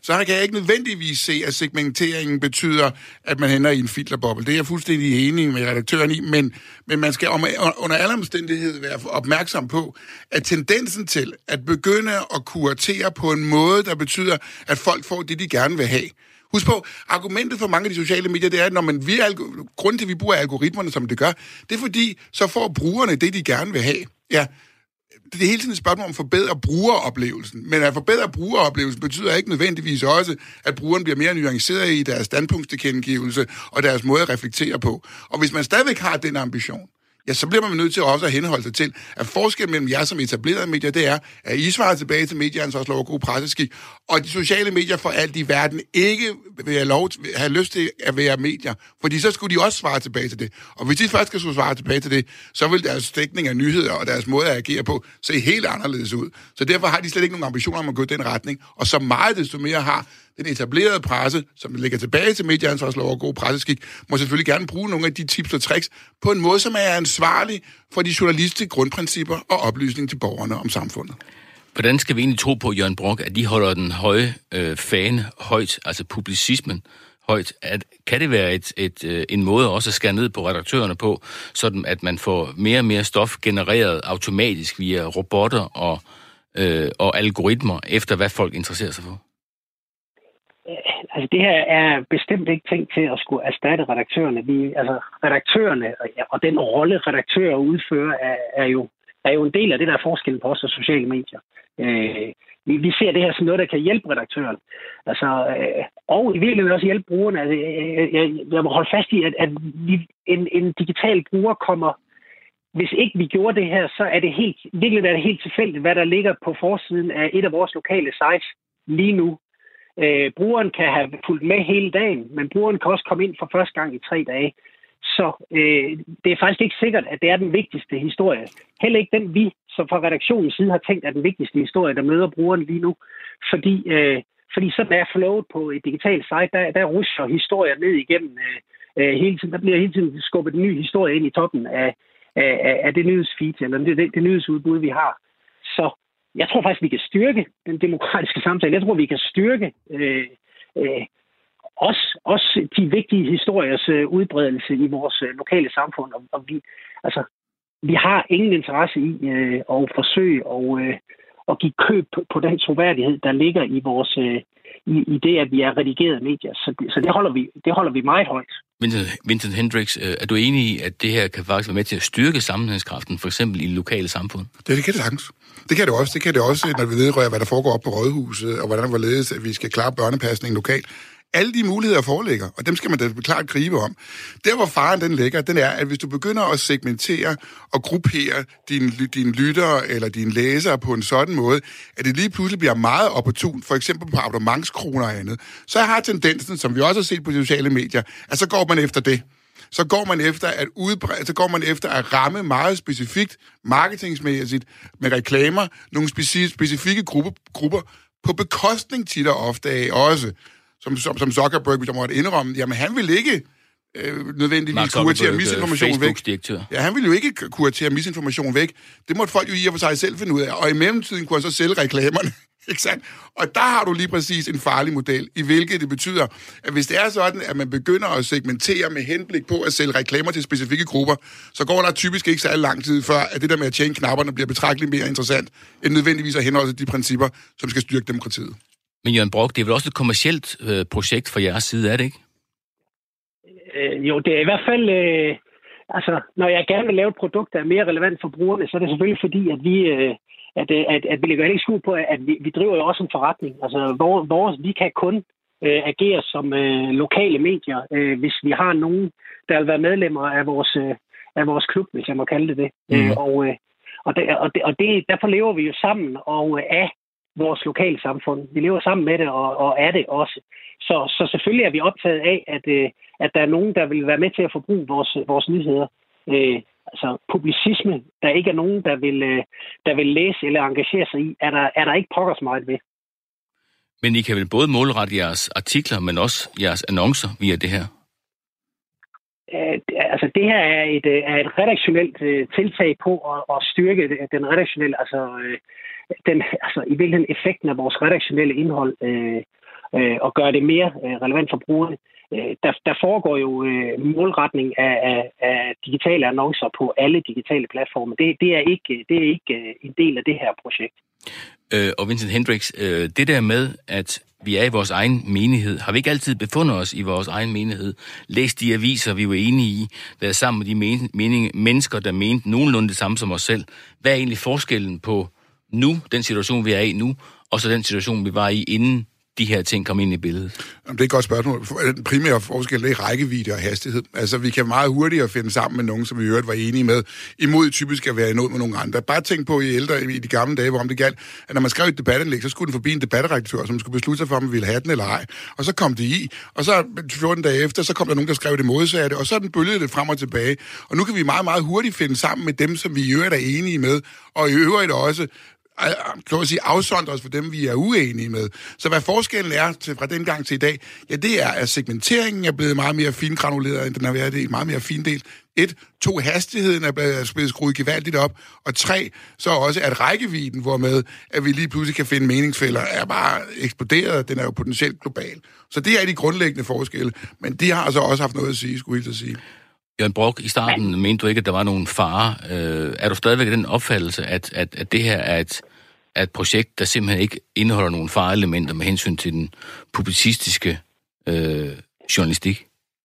så kan jeg ikke nødvendigvis se, at segmenteringen betyder, at man hænder i en filterboble. Det er jeg fuldstændig enig med redaktøren i, men, men man skal under alle omstændigheder være opmærksom på, at tendensen til at begynde at kuratere på en måde, der betyder, at folk får det, de gerne vil have. Husk på, argumentet for mange af de sociale medier, det er, at når man, vi er, grunden til, at vi bruger algoritmerne, som det gør, det er fordi, så får brugerne det, de gerne vil have. Ja, det er hele tiden et spørgsmål om at forbedre brugeroplevelsen. Men at forbedre brugeroplevelsen betyder ikke nødvendigvis også, at brugeren bliver mere nuanceret i deres standpunktstilkendegivelse og deres måde at reflektere på. Og hvis man stadigvæk har den ambition, ja, så bliver man nødt til også at henholde sig til, at forskellen mellem jer som etablerede medier, det er, at I svarer tilbage til medieansvarslov og god presseskik, og de sociale medier for alt i verden ikke vil have, lov, have lyst til at være medier, fordi så skulle de også svare tilbage til det. Og hvis de først skal svare tilbage til det, så vil deres dækning af nyheder og deres måde at agere på se helt anderledes ud. Så derfor har de slet ikke nogen ambitioner om at gå i den retning, og så meget desto mere har den etablerede presse, som ligger tilbage til medieansvarslov og god presseskik, må selvfølgelig gerne bruge nogle af de tips og tricks på en måde, som er ansvarlig for de journalistiske grundprincipper og oplysning til borgerne om samfundet. Hvordan skal vi egentlig tro på, Jørgen Brock, at de holder den høje øh, fane højt, altså publicismen højt? At, kan det være et, et, øh, en måde også at skære ned på redaktørerne på, sådan at man får mere og mere stof genereret automatisk via robotter og, øh, og algoritmer, efter hvad folk interesserer sig for? Altså det her er bestemt ikke tænkt til at skulle erstatte redaktørerne. Vi, altså redaktørerne og den rolle, redaktører udfører, er, er, jo, er jo en del af det, der er forskellen på os og sociale medier. Øh, vi, vi ser det her som noget, der kan hjælpe redaktøren. Altså, øh, og i virkeligheden også hjælpe brugerne. Altså, jeg, jeg, jeg må holde fast i, at, at vi, en, en digital bruger kommer. Hvis ikke vi gjorde det her, så er det helt, virkelig er det helt tilfældigt, hvad der ligger på forsiden af et af vores lokale sites lige nu. Øh, brugeren kan have fulgt med hele dagen, men brugeren kan også komme ind for første gang i tre dage. Så øh, det er faktisk ikke sikkert, at det er den vigtigste historie. Heller ikke den, vi som fra redaktionens side har tænkt, er den vigtigste historie, der møder brugeren lige nu. Fordi, øh, fordi sådan er flowet på et digitalt site, der, der rusher historier ned igennem øh, hele tiden. Der bliver hele tiden skubbet en ny historie ind i toppen af, af, af det nyhedsfeed, eller det, det, det nyhedsudbud, vi har. Så jeg tror faktisk, vi kan styrke den demokratiske samtale. Jeg tror, vi kan styrke øh, øh, også, også de vigtige historiers øh, udbredelse i vores øh, lokale samfund. Og, og vi, altså, vi har ingen interesse i øh, at forsøge at, øh, at give køb på, på den troværdighed, der ligger i vores øh, i, i det, at vi er redigerede medier. Så, så det, holder vi, det holder vi meget højt. Vincent, Vincent Hendricks, er du enig i, at det her kan faktisk være med til at styrke sammenhængskraften, for eksempel i lokale samfund? Det, det kan det sagtens. Det kan det også. Det kan det også, når vi vedrører, hvad der foregår op på Rådhuset, og hvordan der hvorledes, at vi skal klare børnepasning lokalt. Alle de muligheder foreligger, og dem skal man da klart gribe om. Der, hvor faren den ligger, den er, at hvis du begynder at segmentere og gruppere dine, dine lyttere eller dine læsere på en sådan måde, at det lige pludselig bliver meget opportunt, for eksempel på abonnementskroner og andet, så har tendensen, som vi også har set på de sociale medier, at så går man efter det. Så går man efter at udbrede, så går man efter at ramme meget specifikt, marketingsmæssigt, med reklamer, nogle speci- specifikke grupper, grupper på bekostning tit og ofte af også, som, som, som Zuckerberg, hvis jeg måtte indrømme, jamen han vil ikke øh, nødvendigvis kuratere misinformation væk. Ja, han vil jo ikke kuratere misinformation væk. Det måtte folk jo i og for sig selv finde ud af, og i mellemtiden kunne han så sælge reklamerne. Ikke sandt? Og der har du lige præcis en farlig model, i hvilket det betyder, at hvis det er sådan, at man begynder at segmentere med henblik på at sælge reklamer til specifikke grupper, så går der typisk ikke særlig lang tid før, at det der med at tjene knapperne bliver betragteligt mere interessant, end nødvendigvis at henholde de principper, som skal styrke demokratiet. Men Jørgen Brock, det er vel også et kommercielt øh, projekt fra jeres side, er det ikke? Øh, jo, det er i hvert fald... Øh, altså, når jeg gerne vil lave et produkt, der er mere relevant for brugerne, så er det selvfølgelig fordi, at vi... Øh, At, at, at vi lægger ikke skue på, at vi, vi driver jo også en forretning. Altså, vores, vi kan kun øh, agere som øh, lokale medier, øh, hvis vi har nogen, der vil være medlemmer af vores, øh, af vores klub, hvis jeg må kalde det det. Mm. Øh, og øh, og, det, og, det, og det, derfor lever vi jo sammen og øh, af vores lokale samfund. Vi lever sammen med det og, og er det også. Så, så selvfølgelig er vi optaget af, at, øh, at der er nogen, der vil være med til at forbruge vores, vores nyheder. Øh, Altså publicisme, der ikke er nogen, der vil, der vil læse eller engagere sig i, er der, er der ikke pokkers meget ved. Men I kan vel både målrette jeres artikler, men også jeres annoncer via det her? Uh, altså det her er et, er et redaktionelt uh, tiltag på at, at styrke den redaktionelle, altså, uh, den, altså i virkeligheden effekten af vores redaktionelle indhold. Uh, øh, og gøre det mere øh, relevant for brugerne. Øh, der, der foregår jo øh, målretning af, af, af digitale annoncer på alle digitale platforme. Det, det er ikke, det er ikke øh, en del af det her projekt. Øh, og Vincent Hendricks, øh, det der med, at vi er i vores egen menighed, har vi ikke altid befundet os i vores egen menighed, læst de aviser, vi var enige i, været sammen med de men- mening- mennesker, der mente nogenlunde det samme som os selv. Hvad er egentlig forskellen på nu, den situation, vi er i nu, og så den situation, vi var i, inden de her ting kom ind i billedet? Det er et godt spørgsmål. Den primære forskel er hastighed og hastighed. Altså, vi kan meget hurtigere finde sammen med nogen, som vi øvrigt var enige med, imod typisk at være imod med nogle andre. Bare tænk på i ældre, i de gamle dage, hvor om det galt, at når man skrev et debatindlæg, så skulle den forbi en debatredaktør, som skulle beslutte sig for, om man ville have den eller ej. Og så kom det i, og så fjorten dage efter, så kom der nogen, der skrev det modsatte, og så den bølgede det frem og tilbage. Og nu kan vi meget, meget hurtigt finde sammen med dem, som vi i øvrigt er enige med, og i øvrigt også kan sige, afsondre os for dem, vi er uenige med. Så hvad forskellen er til, fra den gang til i dag, ja, det er, at segmenteringen er blevet meget mere fingranuleret, end den har været det, meget mere findelt. Et, to, hastigheden er blevet, blevet skruet gevaldigt op, og tre, så også, at rækkevidden, hvormed at vi lige pludselig kan finde meningsfælder, er bare eksploderet. Den er jo potentielt global. Så det er de grundlæggende forskelle, men det har altså også haft noget at sige, skulle jeg sige. Jørgen Brock, i starten mente du ikke, at der var nogen fare. Øh, er du stadigvæk den opfattelse, at, at, at det her er et, er et projekt, der simpelthen ikke indeholder nogen fareelementer med hensyn til den publicistiske øh, journalistik?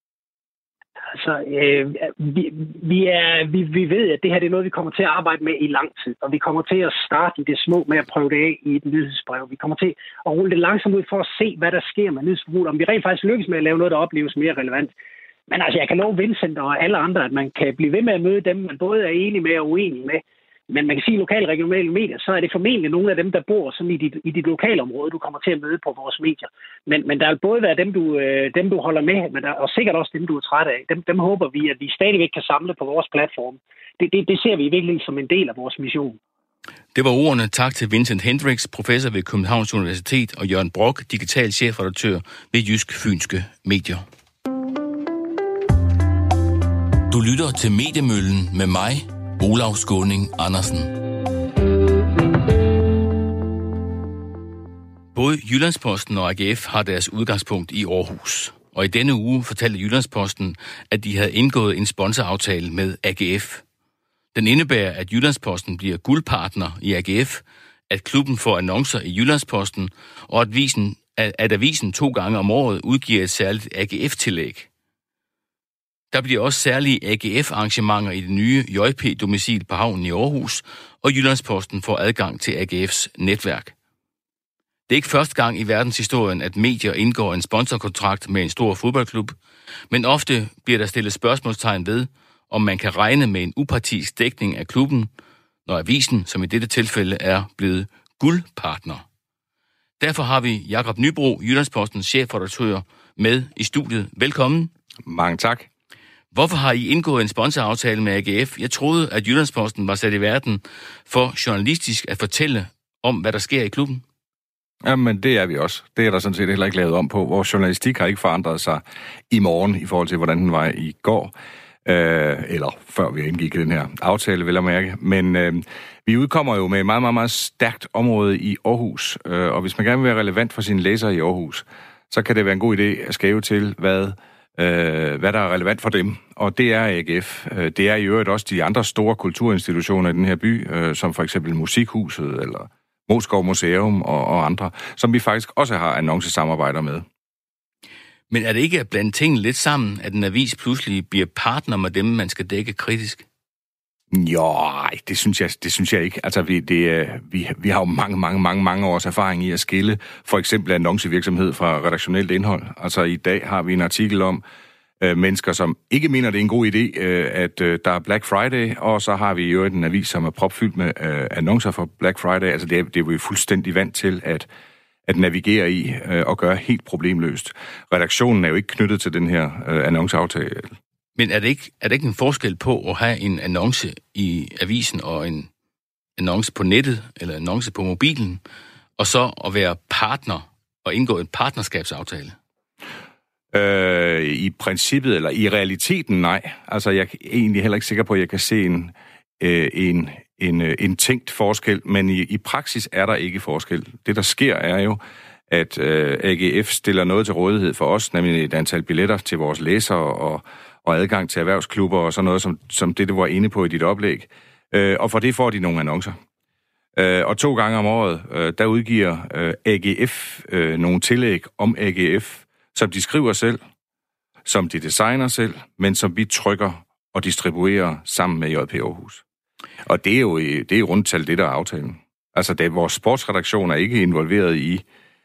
Altså, øh, vi, vi, er, vi, vi ved, at det her det er noget, vi kommer til at arbejde med i lang tid, og vi kommer til at starte i det små med at prøve det af i et nyhedsbrev. Vi kommer til at rulle det langsomt ud for at se, hvad der sker med nyhedsforbruget, om vi rent faktisk lykkes med at lave noget, der opleves mere relevant. Men altså, jeg kan love Vincent og alle andre, at man kan blive ved med at møde dem, man både er enig med og uenig med. Men man kan sige, at lokale regionale medier, så er det formentlig nogle af dem, der bor sådan i dit, i dit lokale område, du kommer til at møde på vores medier. Men, men der vil både være dem du, dem, du holder med, men der, og sikkert også dem, du er træt af. Dem, dem håber vi, at vi stadigvæk kan samle på vores platform. Det, det, det ser vi virkelig som en del af vores mission. Det var ordene. Tak til Vincent Hendricks, professor ved Københavns Universitet, og Jørgen Brock, digital chefredaktør ved Jysk Fynske Medier. Du lytter til Mediemøllen med mig, Olav Skåning Andersen. Både Jyllandsposten og A G F har deres udgangspunkt i Aarhus. Og i denne uge fortalte Jyllandsposten, at de havde indgået en sponsoraftale med A G F. Den indebærer, at Jyllandsposten bliver guldpartner i A G F, at klubben får annoncer i Jyllandsposten, og at avisen, at avisen to gange om året udgiver et særligt A G F-tillæg. Der bliver også særlige A G F-arrangementer i det nye J P-domicil på havnen i Aarhus, og Jyllandsposten får adgang til A G F's netværk. Det er ikke første gang i verdenshistorien, at medier indgår en sponsorkontrakt med en stor fodboldklub, men ofte bliver der stillet spørgsmålstegn ved, om man kan regne med en upartisk dækning af klubben, når avisen, som i dette tilfælde, er blevet guldpartner. Derfor har vi Jakob Nybro, Jyllandspostens chefredaktør, med i studiet. Velkommen. Mange tak. Hvorfor har I indgået en sponsoraftale med A G F? Jeg troede, at Jyllandsposten var sat i verden for journalistisk at fortælle om, hvad der sker i klubben. Jamen, det er vi også. Det er der sådan set heller ikke lavet om på. Vores journalistik har ikke forandret sig i morgen i forhold til, hvordan den var i går. Øh, eller før vi indgik i den her aftale, vil jeg mærke. Men øh, vi udkommer jo med et meget, meget, meget stærkt område i Aarhus. Øh, og hvis man gerne vil være relevant for sine læsere i Aarhus, så kan det være en god idé at skrive til, hvad... Øh, hvad der er relevant for dem, og det er A G F. Det er i øvrigt også de andre store kulturinstitutioner i den her by, øh, som for eksempel Musikhuset eller Moskov Museum og, og andre, som vi faktisk også har annoncesamarbejder med. Men er det ikke at blande tingene lidt sammen, at en avis pludselig bliver partner med dem, man skal dække kritisk? Jo, det synes jeg, det synes jeg ikke. Altså, vi, det, vi, vi har jo mange, mange, mange, mange års erfaring i at skille for eksempel annoncevirksomhed fra redaktionelt indhold. Altså, i dag har vi en artikel om øh, mennesker, som ikke mener, det er en god idé, øh, at øh, der er Black Friday, og så har vi jo en avis, som er propfyldt med øh, annoncer for Black Friday. Altså, det er, det er vi fuldstændig vant til at, at navigere i øh, og gøre helt problemløst. Redaktionen er jo ikke knyttet til den her øh, annonceaftale. Men er det, ikke, er det ikke en forskel på at have en annonce i avisen og en annonce på nettet, eller en annonce på mobilen, og så at være partner og indgå en partnerskabsaftale? Øh, I princippet, eller i realiteten, nej. Altså, jeg er egentlig heller ikke sikker på, at jeg kan se en, øh, en, en, en tænkt forskel, men i, i praksis er der ikke forskel. Det, der sker, er jo, at øh, A G F stiller noget til rådighed for os, nemlig et antal billetter til vores læsere og, og adgang til erhvervsklubber og sådan noget, som, som det, du var inde på i dit oplæg. Øh, og for det får de nogle annoncer. Øh, og to gange om året, øh, der udgiver øh, A G F øh, nogle tillæg om A G F, som de skriver selv, som de designer selv, men som vi trykker og distribuerer sammen med J P Aarhus. Og det er jo det er jo rundtal det, der er aftalen. Altså, det, vores sportsredaktion er ikke involveret i,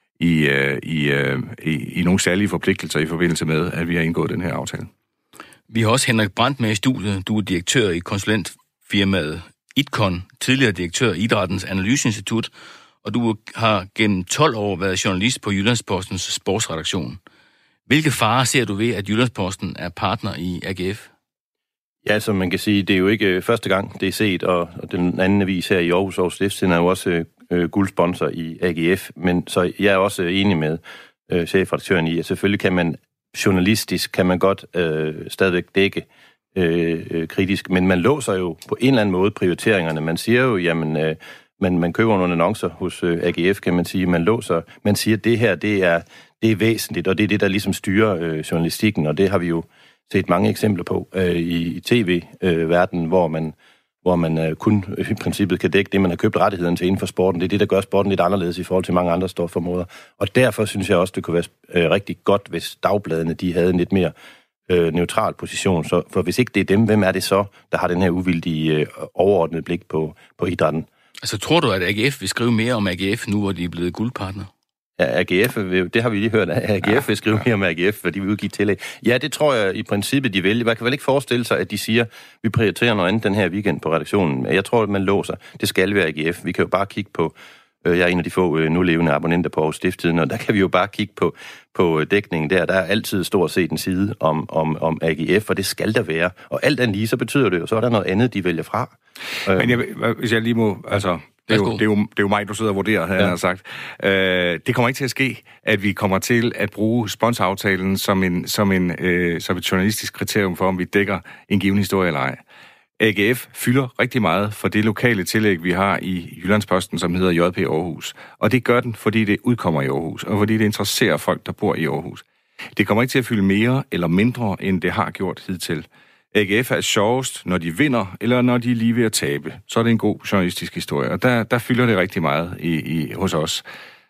i, i, i, i nogle særlige forpligtelser i forbindelse med, at vi har indgået den her aftale. Vi har også Henrik Brandt med i studiet. Du er direktør i konsulentfirmaet Idcon, tidligere direktør i Idrættens Analyseinstitut, og du har gennem tolv år været journalist på Jyllandspostens sportsredaktion. Hvilke farer ser du ved, at Jyllandsposten er partner i A G F? Ja, som man kan sige, det er jo ikke første gang, det er set, og den anden avis her i Aarhus Aarhus Stiftstidende er jo også øh, guldsponsor i A G F, men så jeg er også enig med øh, chefredaktøren i, at selvfølgelig kan man journalistisk, kan man godt øh, stadigvæk dække øh, øh, kritisk, men man låser jo på en eller anden måde prioriteringerne. Man siger jo, jamen, øh, man, man køber nogle annoncer hos øh, A G F, kan man sige, man låser, man siger, at det her, det er, det er væsentligt, og det er det, der ligesom styrer øh, journalistikken, og det har vi jo set mange eksempler på øh, i, i tv-verdenen, øh, hvor man, hvor man øh, kun øh, i princippet kan dække det, man har købt rettighederne til inden for sporten. Det er det, der gør sporten lidt anderledes i forhold til mange andre stofområder. Og derfor synes jeg også, det kunne være øh, rigtig godt, hvis dagbladene de havde en lidt mere øh, neutral position. Så, for hvis ikke det er dem, hvem er det så, der har den her uvildige øh, overordnede blik på, på idrætten? Altså, tror du, at A G F vil skrive mere om A G F nu, hvor de er blevet guldpartner? Ja, A G F, det har vi lige hørt, at A G F vil skrive mere om A G F, fordi vi vil give tillæg. Ja, det tror jeg i princippet, de vil. Man kan vel ikke forestille sig, at de siger, at vi prioriterer noget andet den her weekend på redaktionen. Jeg tror, at man låser. Det skal være A G F. Vi kan jo bare kigge på, jeg er en af de få nu levende abonnenter på Aarhus Stiftstidende, og der kan vi jo bare kigge på, på dækningen der. Der er altid stort set en side om, om, om A G F, og det skal der være. Og alt andet lige, så betyder det jo, så er der noget andet, de vælger fra. Men jeg, hvis jeg lige må, altså... Det er, jo, det, er jo, det er jo mig, du sidder og vurderer, havde ja. jeg sagt. Øh, det kommer ikke til at ske, at vi kommer til at bruge sponsoraftalen som, en, som, en, øh, som et journalistisk kriterium for, om vi dækker en given historie eller ej. A G F fylder rigtig meget for det lokale tillæg, vi har i Jyllandsposten, som hedder J P Aarhus. Og det gør den, fordi det udkommer i Aarhus, og fordi det interesserer folk, der bor i Aarhus. Det kommer ikke til at fylde mere eller mindre, end det har gjort hidtil. A G F er sjovest, når de vinder, eller når de er lige ved at tabe. Så er det en god journalistisk historie, og der, der fylder det rigtig meget i, i, hos os.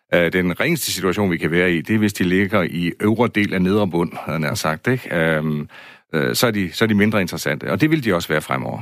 Den ringeste situation, vi kan være i, det er, hvis de ligger i øvre del af nedre bund, havde jeg sagt, ikke? Um, så, er de, så er de mindre interessante, og det vil de også være fremover.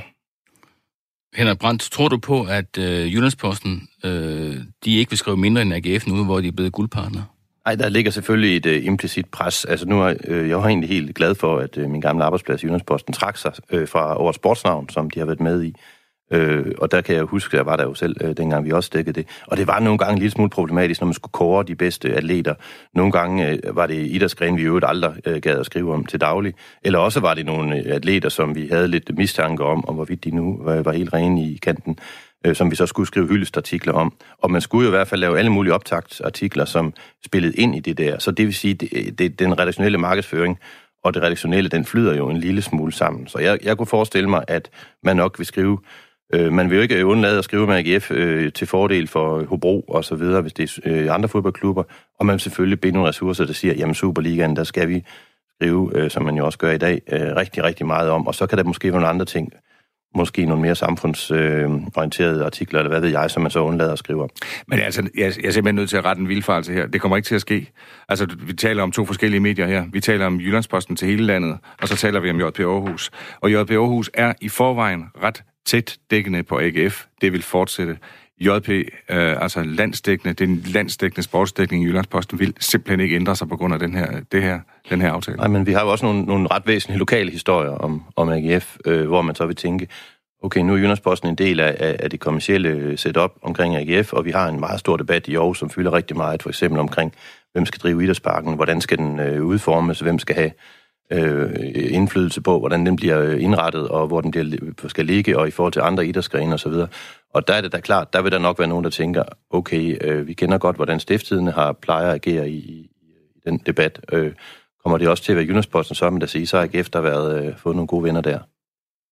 Henrik Brandt, tror du på, at øh, Jyllandsposten øh, de ikke vil skrive mindre end A G F nu, hvor de er blevet guldpartner? Nej, der ligger selvfølgelig et uh, implicit pres. Altså nu er øh, jeg er egentlig helt glad for, at øh, min gamle arbejdsplads i Jyllandsposten trak sig øh, fra Årets Sportsnavn, som de har været med i. Øh, og der kan jeg huske, at jeg var der jo selv, øh, dengang vi også dækkede det. Og det var nogle gange en lille smule problematisk, når man skulle kåre de bedste atleter. Nogle gange øh, var det idrætsgren, vi i øvrigt aldrig øh, gad at skrive om til daglig. Eller også var det nogle atleter, som vi havde lidt mistanke om, om hvorvidt de nu var, var helt rene i kanten, øh, som vi så skulle skrive hyldestartikler om. Og man skulle jo i hvert fald lave alle mulige optaktsartikler, som spillede ind i det der. Så det vil sige, det, det, den redaktionelle markedsføring og det redaktionelle, den flyder jo en lille smule sammen. Så jeg, jeg kunne forestille mig, at man nok vil skrive. Øh, man vil jo ikke undlade at skrive med A G F øh, til fordel for Hobro og så videre, hvis det er øh, andre fodboldklubber. Og man vil selvfølgelig binde nogle ressourcer, der siger, jamen Superligaen, der skal vi skrive, øh, som man jo også gør i dag, øh, rigtig, rigtig meget om. Og så kan der måske være nogle andre ting, måske nogle mere samfundsorienterede øh, artikler, eller hvad ved jeg, som man så undlader at skrive om. Men altså, jeg, jeg er simpelthen nødt til at rette en vildfarelse her. Det kommer ikke til at ske. Altså, vi taler om to forskellige medier her. Vi taler om Jyllandsposten til hele landet, og så taler vi om J P Aarhus. Og J P Aarhus er i forvejen ret tæt dækkende på A G F. Det vil fortsætte. J P, øh, altså landsdækkende, den landsdækkende sportsdækning i Jyllandsposten vil simpelthen ikke ændre sig på grund af den her, det her, den her aftale. Nej, men vi har jo også nogle, nogle ret væsentlige lokale historier om, om A G F, øh, hvor man så vil tænke, okay, nu er Jyllandsposten en del af, af det kommercielle setup omkring A G F, og vi har en meget stor debat i Aarhus, som fylder rigtig meget, for eksempel omkring, hvem skal drive idrætsparken, hvordan skal den øh, udformes, hvem skal have øh, indflydelse på, hvordan den bliver indrettet, og hvor den bliver, skal ligge, og i forhold til andre idrætsgrene osv. Og der er det da klart, der vil der nok være nogen, der tænker, okay, øh, vi kender godt, hvordan Stiftstidende har plejer at agere i, i, i den debat. Øh, kommer det også til at være Jyllandsposten, så man da sige, så har A G F der været øh, fået nogle gode venner der.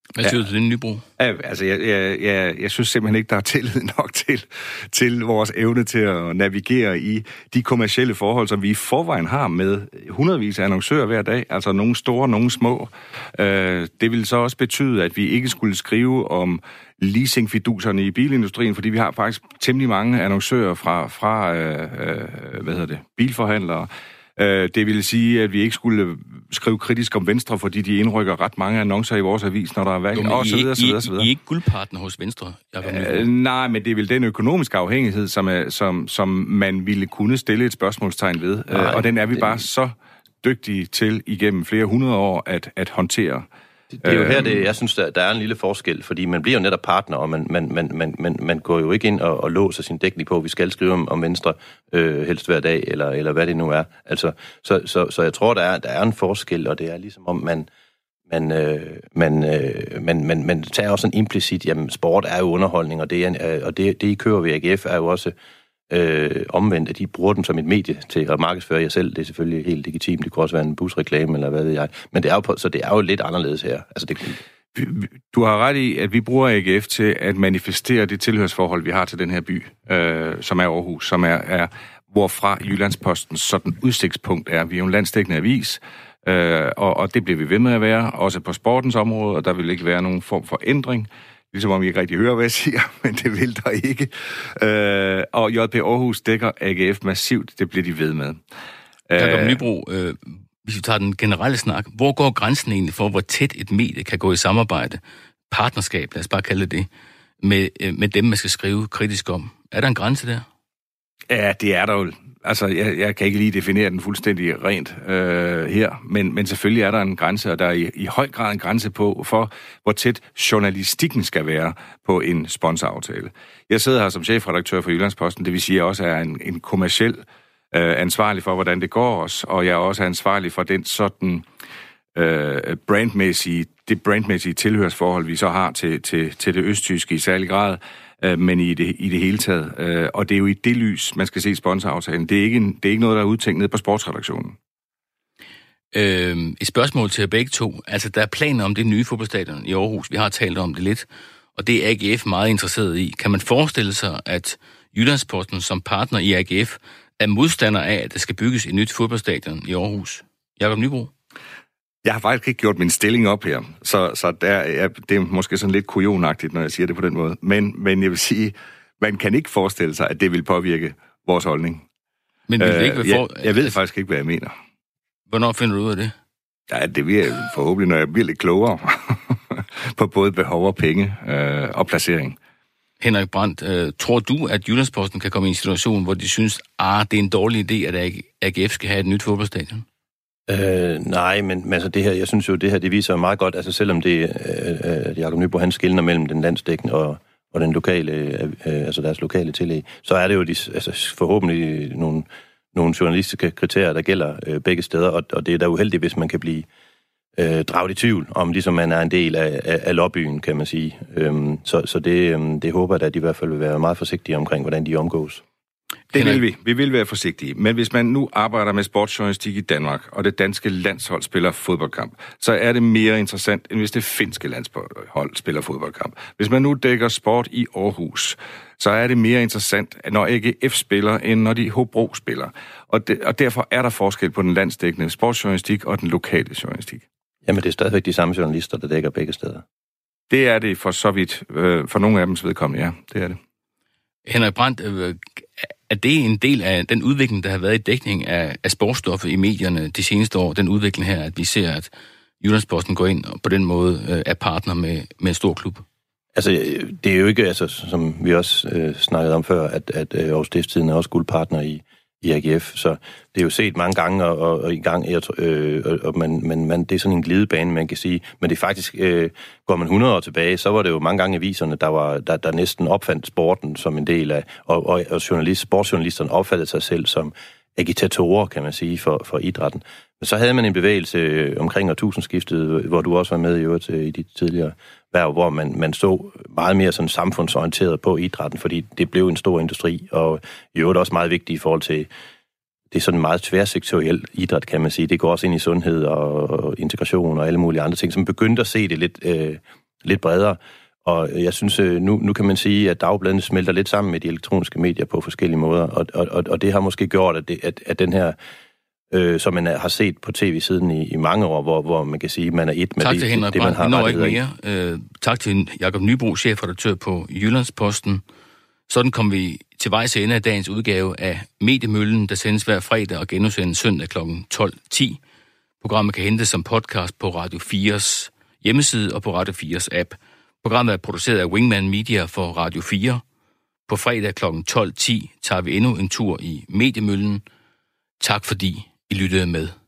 Hvad siger ja. du til den Nybro? Ja, altså, jeg, jeg, jeg, jeg synes simpelthen ikke, der er tillid nok til, til vores evne til at navigere i de kommercielle forhold, som vi i forvejen har med hundredvis af annoncører hver dag, altså nogle store, nogle små. Øh, det vil så også betyde, at vi ikke skulle skrive om leasingfiduserne i bilindustrien, fordi vi har faktisk temmelig mange annoncører fra, fra øh, øh, hvad hedder det, bilforhandlere. Det vil sige, at vi ikke skulle skrive kritisk om Venstre, fordi de indrykker ret mange annoncer i vores avis, når der er valg, og så videre, så videre, så videre. I er ikke guldpartner hos Venstre? Øh, nej, men det er vel den økonomiske afhængighed, som, er, som, som man ville kunne stille et spørgsmålstegn ved. Nej, og den er vi det... bare så dygtige til igennem flere hundrede år at, at håndtere. Det er jo her, det, jeg synes, der, der er en lille forskel, fordi man bliver jo netop partner, og man, man, man, man, man, man går jo ikke ind og, og låser sin dækning på, at vi skal skrive om, om Venstre øh, helst hver dag, eller, eller hvad det nu er. Altså, så, så, så jeg tror, der er, der er en forskel, og det er ligesom om, man, man, øh, man, øh, man, man, man tager også en implicit, jamen sport er jo underholdning, og det, er, og det, det I kører ved A G F er jo også øh, omvendt, at de bruger den som et medie til at markedsføre jer selv. Det er selvfølgelig helt legitimt. Det kunne også være en busreklame, eller hvad ved jeg. Men det er jo på, så det er jo lidt anderledes her. Altså det... Du har ret i, at vi bruger A G F til at manifestere det tilhørsforhold, vi har til den her by, øh, som er Aarhus, som er, er hvorfra Jyllandsposten sådan udsigtspunkt er. Vi er jo en landsdækkende avis, øh, og, og det bliver vi ved med at være, også på sportens område, og der vil ikke være nogen form for ændring. Ligesom om I ikke rigtig hører, hvad jeg siger, men det vil der ikke. Øh, og J P Aarhus dækker A G F massivt, det bliver de ved med. Jakob Nybro, øh, hvis vi tager den generelle snak, hvor går grænsen egentlig for, hvor tæt et medie kan gå i samarbejde, partnerskab, lad os bare kalde det, med, øh, med dem, man skal skrive kritisk om? Er der en grænse der? Ja, det er der jo. Altså, jeg, jeg kan ikke lige definere den fuldstændig rent øh, her, men, men selvfølgelig er der en grænse, og der er i, i høj grad en grænse på, for hvor tæt journalistikken skal være på en sponsoraftale. Jeg sidder her som chefredaktør for Jyllandsposten, det vil sige, at jeg også er en, en kommerciel øh, ansvarlig for, hvordan det går os, og jeg er også ansvarlig for den sådan øh, brandmæssige, det brandmæssige tilhørsforhold, vi så har til, til, til det østtyske i særlig grad, men i det, i det hele taget. Og det er jo i det lys, man skal se sponsoraftalen. Det er ikke, en, det er ikke noget, der er udtænkt ned på sportsredaktionen. Øhm, et spørgsmål til begge to. Altså, der er planer om det nye fodboldstadion i Aarhus. Vi har talt om det lidt, og det er A G F meget interesseret i. Kan man forestille sig, at Jyllandsposten som partner i A G F er modstander af, at der skal bygges et nyt fodboldstadion i Aarhus? Jakob Nybro? Jeg har faktisk ikke gjort min stilling op her, så, så der er, det er måske sådan lidt kujonagtigt, når jeg siger det på den måde. Men, men jeg vil sige, man kan ikke forestille sig, at det vil påvirke vores holdning. Men vil det ikke være for... jeg, jeg ved faktisk ikke, hvad jeg mener. Hvornår finder du ud af det? Ja, det vil jeg forhåbentlig, når jeg bliver lidt klogere på både behov og penge øh, og placering. Henrik Brandt, øh, tror du, at Jyllandsposten kan komme i en situation, hvor de synes, ah, det er en dårlig idé, at A G F skal have et nyt fodboldstadion? Øh, nej, men, men altså det her, jeg synes jo, det her, det viser meget godt, altså selvom det, øh, Jakob Nybro, han skiller mellem den landsdækkende og, og den lokale, øh, altså deres lokale tillæg, så er det jo de, altså forhåbentlig nogle, nogle journalistiske kriterier, der gælder øh, begge steder, og, og det er da uheldigt, hvis man kan blive øh, draget i tvivl, om ligesom man er en del af, af, af lobbyen, kan man sige. Øhm, så så det, øhm, det håber jeg, at de i hvert fald vil være meget forsigtige omkring, hvordan de omgås. Det vil vi. Vi vil være forsigtige. Men hvis man nu arbejder med sportsjournalistik i Danmark, og det danske landshold spiller fodboldkamp, så er det mere interessant, end hvis det finske landshold spiller fodboldkamp. Hvis man nu dækker sport i Aarhus, så er det mere interessant, når A G F spiller, end når de Hobro spiller. Og, det, og derfor er der forskel på den landsdækkende sportsjournalistik og den lokale journalistik. Jamen, det er stadigvæk de samme journalister, der dækker begge steder. Det er det for så vidt. Øh, for nogle af dems vedkommende, ja. Det er det. Henrik Brandt, øh, er det en del af den udvikling, der har været i dækning af, af sportsstoffer i medierne de seneste år? Den udvikling her, at vi ser, at Jyllandsposten går ind og på den måde øh, er partner med, med en stor klub? Altså, det er jo ikke, altså, som vi også øh, snakkede om før, at, at øh, Aarhus Stiftstidende er også guldpartner i, i A G F, så det er jo set mange gange, og, og, og i gang, øh, og, og man, man, man, det er sådan en glidebane, man kan sige, men det er faktisk, øh, går man hundrede år tilbage, så var det jo mange gange aviserne, der, var, der, der næsten opfandt sporten som en del af, og, og, og journalist, sportsjournalisterne opfattede sig selv som agitatorer, kan man sige, for, for idrætten. Men så havde man en bevægelse omkring årtusindskiftet, hvor du også var med i øvrigt i de tidligere værv, hvor man, man så meget mere sådan samfundsorienteret på idrætten, fordi det blev en stor industri, og i øvrigt også meget vigtigt i forhold til, det er sådan en meget tværsektoriel idræt, kan man sige. Det går også ind i sundhed og integration og alle mulige andre ting, som begyndte at se det lidt, øh, lidt bredere. Og jeg synes, nu, nu kan man sige, at dagbladene smelter lidt sammen med de elektroniske medier på forskellige måder, og, og, og det har måske gjort, at, det, at, at den her, øh, som man har set på tv-siden i, i mange år, hvor, hvor man kan sige, at man er et med tak det, til Henrik det, man har rettigheder ikke mere. Øh, tak til Jakob Nybro, chefredaktør på Jyllandsposten. Sådan kom vi til vejs ende af dagens udgave af Mediemøllen, der sendes hver fredag og genudsendes søndag kl. tolv ti. Programmet kan hentes som podcast på Radio fires hjemmeside og på Radio fires app. Programmet er produceret af Wingman Media for Radio fire. På fredag kl. tolv ti tager vi endnu en tur i Mediemøllen. Tak fordi I lyttede med.